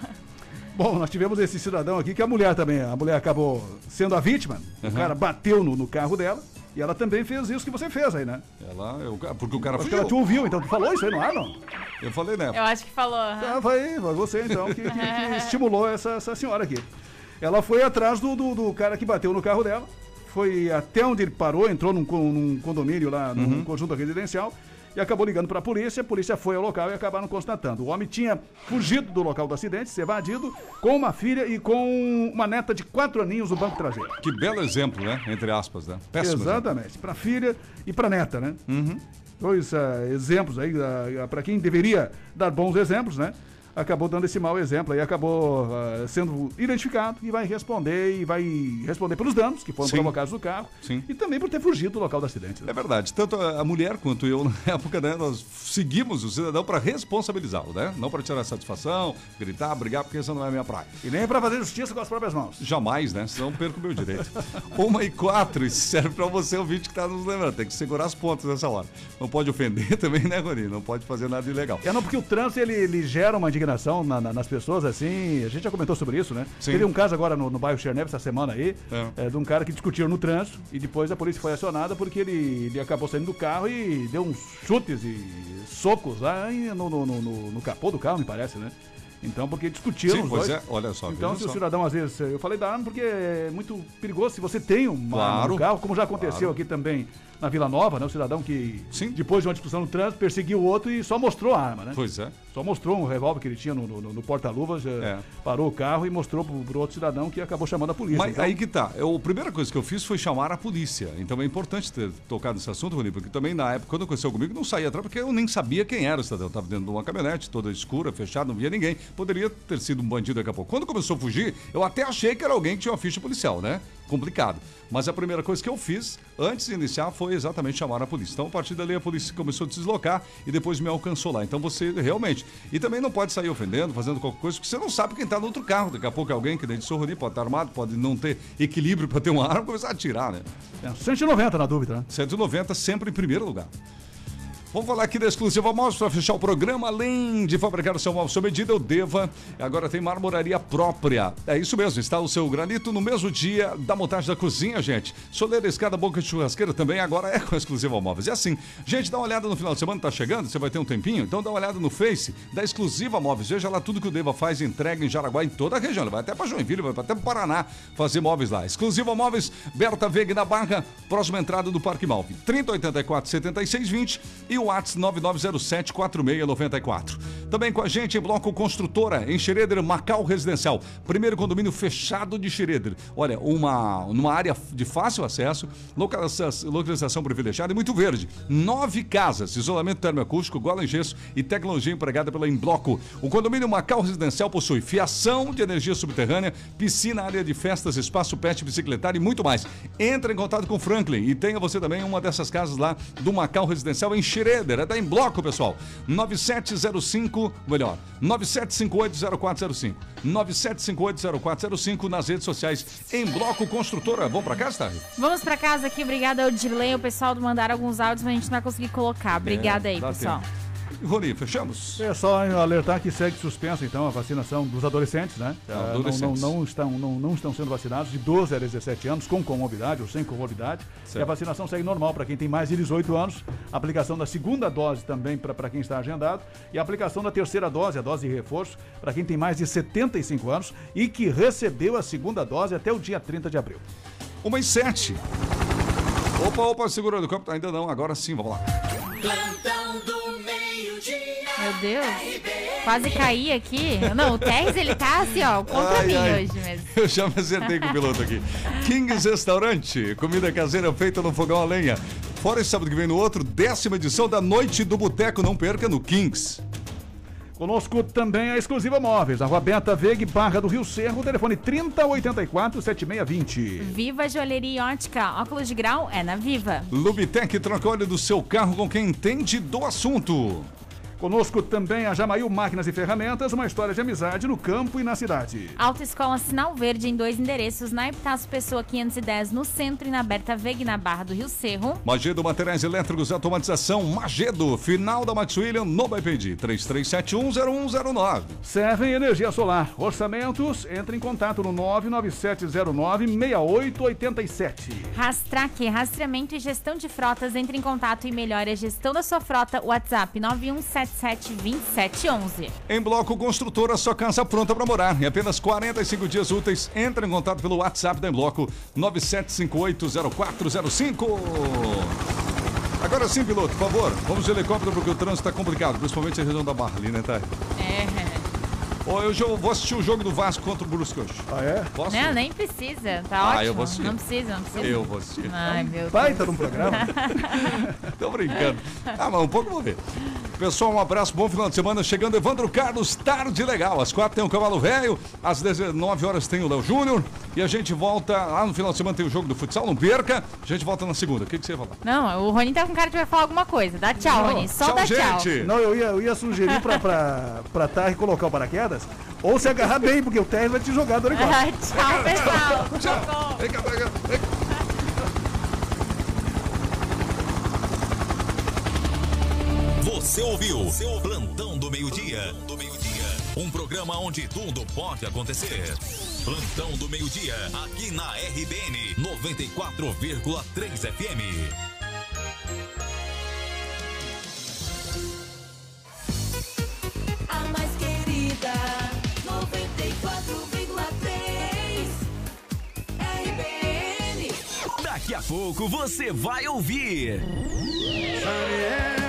E: Bom, nós tivemos esse cidadão aqui, que a mulher também, a mulher acabou sendo a vítima. O
D: Uhum.
E: cara bateu no, no carro dela e ela também fez isso que você fez aí, né?
D: Ela, eu, porque o cara
E: Acho que
D: fugiu.
E: ela te ouviu, então tu falou isso aí no ar, não?
D: Eu falei, né?
F: Eu acho que falou. aham.
E: Ah, foi, foi você então que, que- que estimulou essa, essa senhora aqui. Ela foi atrás do, do, do cara que bateu no carro dela, foi até onde ele parou, entrou num, con- num condomínio lá, num
D: Uhum.
E: conjunto residencial, e acabou ligando para a polícia. A polícia foi ao local e acabaram constatando. O homem tinha fugido do local do acidente, se evadido, com uma filha e com uma neta de quatro aninhos no banco traseiro.
D: Que belo exemplo, né? Entre aspas, né? Péssimo
E: Exatamente, para filha e para neta, né?
D: Uhum.
E: Dois ah, exemplos aí, para quem deveria dar bons exemplos, né? Acabou dando esse mau exemplo aí, acabou ah, sendo identificado e vai responder e vai responder pelos danos que foram
D: Sim.
E: provocados no carro
D: Sim.
E: e também por ter fugido do local do acidente. né?
D: É verdade. Tanto a a mulher quanto eu, na época, né, nós seguimos o cidadão para responsabilizá-lo, né? Não para tirar satisfação, gritar, brigar, porque essa não é a minha praia.
E: E nem para fazer justiça com as próprias mãos.
D: Jamais, né? Senão eu perco o meu direito. Uma e quatro, isso serve para você, ouvinte, que tá nos lembrando. Tem que segurar as pontas nessa hora. Não pode ofender também, né, Rony? Não pode fazer nada ilegal.
E: É, não, porque o trânsito, ele, ele gera uma indignação na- na- nas pessoas, assim, a gente já comentou sobre isso, né?
D: Sim.
E: Teve um caso agora no, no bairro Chernev, essa semana aí,
D: É.
E: é, de um cara que discutiu no trânsito e depois a polícia foi acionada porque ele, ele acabou saindo do carro e deu uns chutes e socos lá em- no, no, no, no- no capô do carro, me parece, né? Então, porque discutiram
D: Sim,
E: os
D: pois
E: dois.
D: é, olha só,
E: Então,
D: veja
E: se o
D: só.
E: cidadão, às vezes, eu falei da arma porque é muito perigoso se você tem uma arma
D: Claro,
E: no carro, como já aconteceu
D: claro.
E: aqui também na Vila Nova, né? O cidadão que, depois de uma discussão no trânsito, perseguiu o outro e só mostrou a arma, né?
D: Pois é.
E: Só mostrou um revólver que ele tinha no, no- no porta-luvas, eh, parou o carro e mostrou pro, pro outro cidadão que acabou chamando a polícia.
D: Mas
E: Então,
D: aí que tá. Eu, a primeira coisa que eu fiz foi chamar a polícia. Então é importante ter tocado nesse assunto, Rony, porque também na época, quando aconteceu comigo, não saía atrás, porque eu nem sabia quem era o cidadão. Eu estava dentro de uma caminhonete, toda escura, fechada, não via ninguém. Poderia ter sido um bandido daqui a pouco. Quando começou a fugir, eu até achei que era alguém que tinha uma ficha policial, né? Complicado. Mas a primeira coisa que eu fiz, antes de iniciar, foi exatamente chamar a polícia. Então, a partir dali, a polícia começou a se deslocar e depois me alcançou lá. Então, você realmente... E também não pode sair ofendendo, fazendo qualquer coisa, porque você não sabe quem está no outro carro. Daqui a pouco é alguém que nem de Sorroni, pode estar armado, pode não ter equilíbrio para ter uma arma e começar a atirar, né?
E: é, cento e noventa na dúvida, né?
D: cento e noventa sempre em primeiro lugar. Vamos falar aqui da Exclusiva Móveis para fechar o programa. Além de fabricar o seu móvel sob medida, o Deva agora tem marmoraria própria. É isso mesmo, instala o seu granito no mesmo dia da montagem da cozinha, gente. Soleira, escada, boca de churrasqueira também agora é com a Exclusiva Móveis. E assim, gente, dá uma olhada no final de semana, tá chegando, você vai ter um tempinho, então dá uma olhada no Face da Exclusiva Móveis. Veja lá tudo que o Deva faz e entrega em Jaraguá, em toda a região. Ele vai até para Joinville, vai até para Paraná fazer móveis lá. Exclusiva Móveis, Berta Veg na Barra, próxima entrada do Parque Malve. trinta, oitenta e quatro, setenta e seis, vinte e o WhatsApp nove nove zero sete, quatro seis nove quatro. Também com a gente em Bloco Construtora, em Xereder, Macau Residencial. Primeiro condomínio fechado de Xereder. Olha, uma, numa área de fácil acesso, localização, localização privilegiada e muito verde. Nove casas, isolamento termoacústico, gola em gesso e tecnologia empregada pela Embloco. O condomínio Macau Residencial possui fiação de energia subterrânea, piscina, área de festas, espaço pet, bicicletário e muito mais. Entre em contato com Franklin e tenha você também uma dessas casas lá do Macau Residencial em Xereder. Schroeder, é da Em Bloco, pessoal. nove sete zero cinco, melhor, nove sete cinco oito zero quatro zero cinco. nove sete cinco oito zero quatro zero cinco nas redes sociais. Em Bloco Construtora. Vamos pra casa, tá?
F: Vamos pra casa aqui. Obrigada ao Dirley. O pessoal mandaram alguns áudios, mas a gente não vai conseguir colocar. Obrigada
D: É,
F: aí,
D: dá
F: pessoal.
D: tempo. Rony, fechamos?
E: É só alertar que segue suspensa, então, a vacinação dos adolescentes, né?
D: Ah,
E: Ah,
D: adolescentes.
E: Não, não, não estão, não, não estão sendo vacinados de doze a dezessete anos, com comorbidade ou sem comorbidade.
D: Certo.
E: E a vacinação segue normal para quem tem mais de dezoito anos. A aplicação da segunda dose também para quem está agendado. E a aplicação da terceira dose, a dose de reforço, para quem tem mais de setenta e cinco anos e que recebeu a segunda dose até o dia trinta de abril.
D: Uma e sete. Opa, opa, segura do campo. Ainda não, agora sim, vamos lá.
B: Plantão do meio-dia.
F: Meu Deus. Quase caí aqui. Não, o Terres, ele tá assim, ó, contra
D: Ai,
F: mim
D: ai.
F: hoje mesmo.
D: Eu já me acertei com o piloto aqui. Kings Restaurante, comida caseira feita no fogão a lenha. Fora esse sábado que vem no outro, décima edição da Noite do Boteco. Não perca no Kings.
E: Conosco também a Exclusiva Móveis, a Rua Benta Vegue, Barra do Rio Cerro, telefone trinta oitenta e quatro, setenta e seis vinte.
F: Viva Joalheria e Ótica. Óculos de grau é na Viva.
D: Lubitec, troca óleo do seu carro com quem entende do assunto.
E: Conosco também a Jamail Máquinas e Ferramentas, uma história de amizade no campo e na cidade.
F: Autoescola Sinal Verde em dois endereços, na Epitácio Pessoa quinhentos e dez no centro e na Berta Vegue na Barra do Rio Cerro.
D: Magedo Materiais Elétricos e Automatização, Magedo, final da Max William, no Baipendi, três três sete um zero um zero nove.
E: Servem Energia Solar. Orçamentos, entre em contato no nove nove sete zero nove, seis oito oito sete.
F: Rastrac, rastreamento e gestão de frotas, entre em contato e melhore a gestão da sua frota. WhatsApp nove um sete sete, dois sete um um.
D: Em Bloco Construtora, sua casa pronta para morar. Em apenas quarenta e cinco dias úteis, entre em contato pelo WhatsApp da Em Bloco, nove sete cinco oito zero quatro zero cinco. Agora sim, piloto, por favor, vamos de helicóptero porque o trânsito está complicado, principalmente a região da Barra ali, né, tá?
F: É.
D: Ó, eu jo- vou assistir o jogo do Vasco contra o Brusque hoje.
E: Ah, é?
D: Posso?
F: Não, nem precisa. Tá
D: Ah,
F: ótimo.
D: eu vou assistir.
F: Não precisa, não precisa.
D: Eu vou assistir.
F: Ai, meu
E: Baita
F: Deus.
E: num programa.
D: Tô brincando. Ah, mas um pouco eu vou ver. Pessoal, um abraço, bom final de semana. Chegando Evandro Carlos, tarde legal. Às quatro tem o Cavalo Velho, às dezenove horas tem o Léo Júnior. E a gente volta, lá no final de semana tem o jogo do futsal, não perca. A gente volta na segunda. O que, que você ia falar?
F: Não, o Rony tá com cara que vai falar alguma coisa. Dá tchau,
E: Não.
F: Rony. Só
D: Tchau,
F: dá tchau.
D: gente.
E: Não, eu ia, eu ia sugerir pra, pra, pra Tarre colocar o paraquedas ou se agarrar bem, porque o Terry vai te jogar do helicóptero.
F: Ah, tchau, pessoal.
D: Tchau. Vem cá, vem cá, vem cá.
R: Você ouviu seu Plantão do Meio-Dia. Do Meio-Dia. Um programa onde tudo pode acontecer. Plantão do Meio-Dia, aqui na R B N noventa e quatro vírgula três F M.
B: A mais querida, noventa e quatro vírgula três R B N.
R: Daqui a pouco você vai ouvir.
B: Xavier.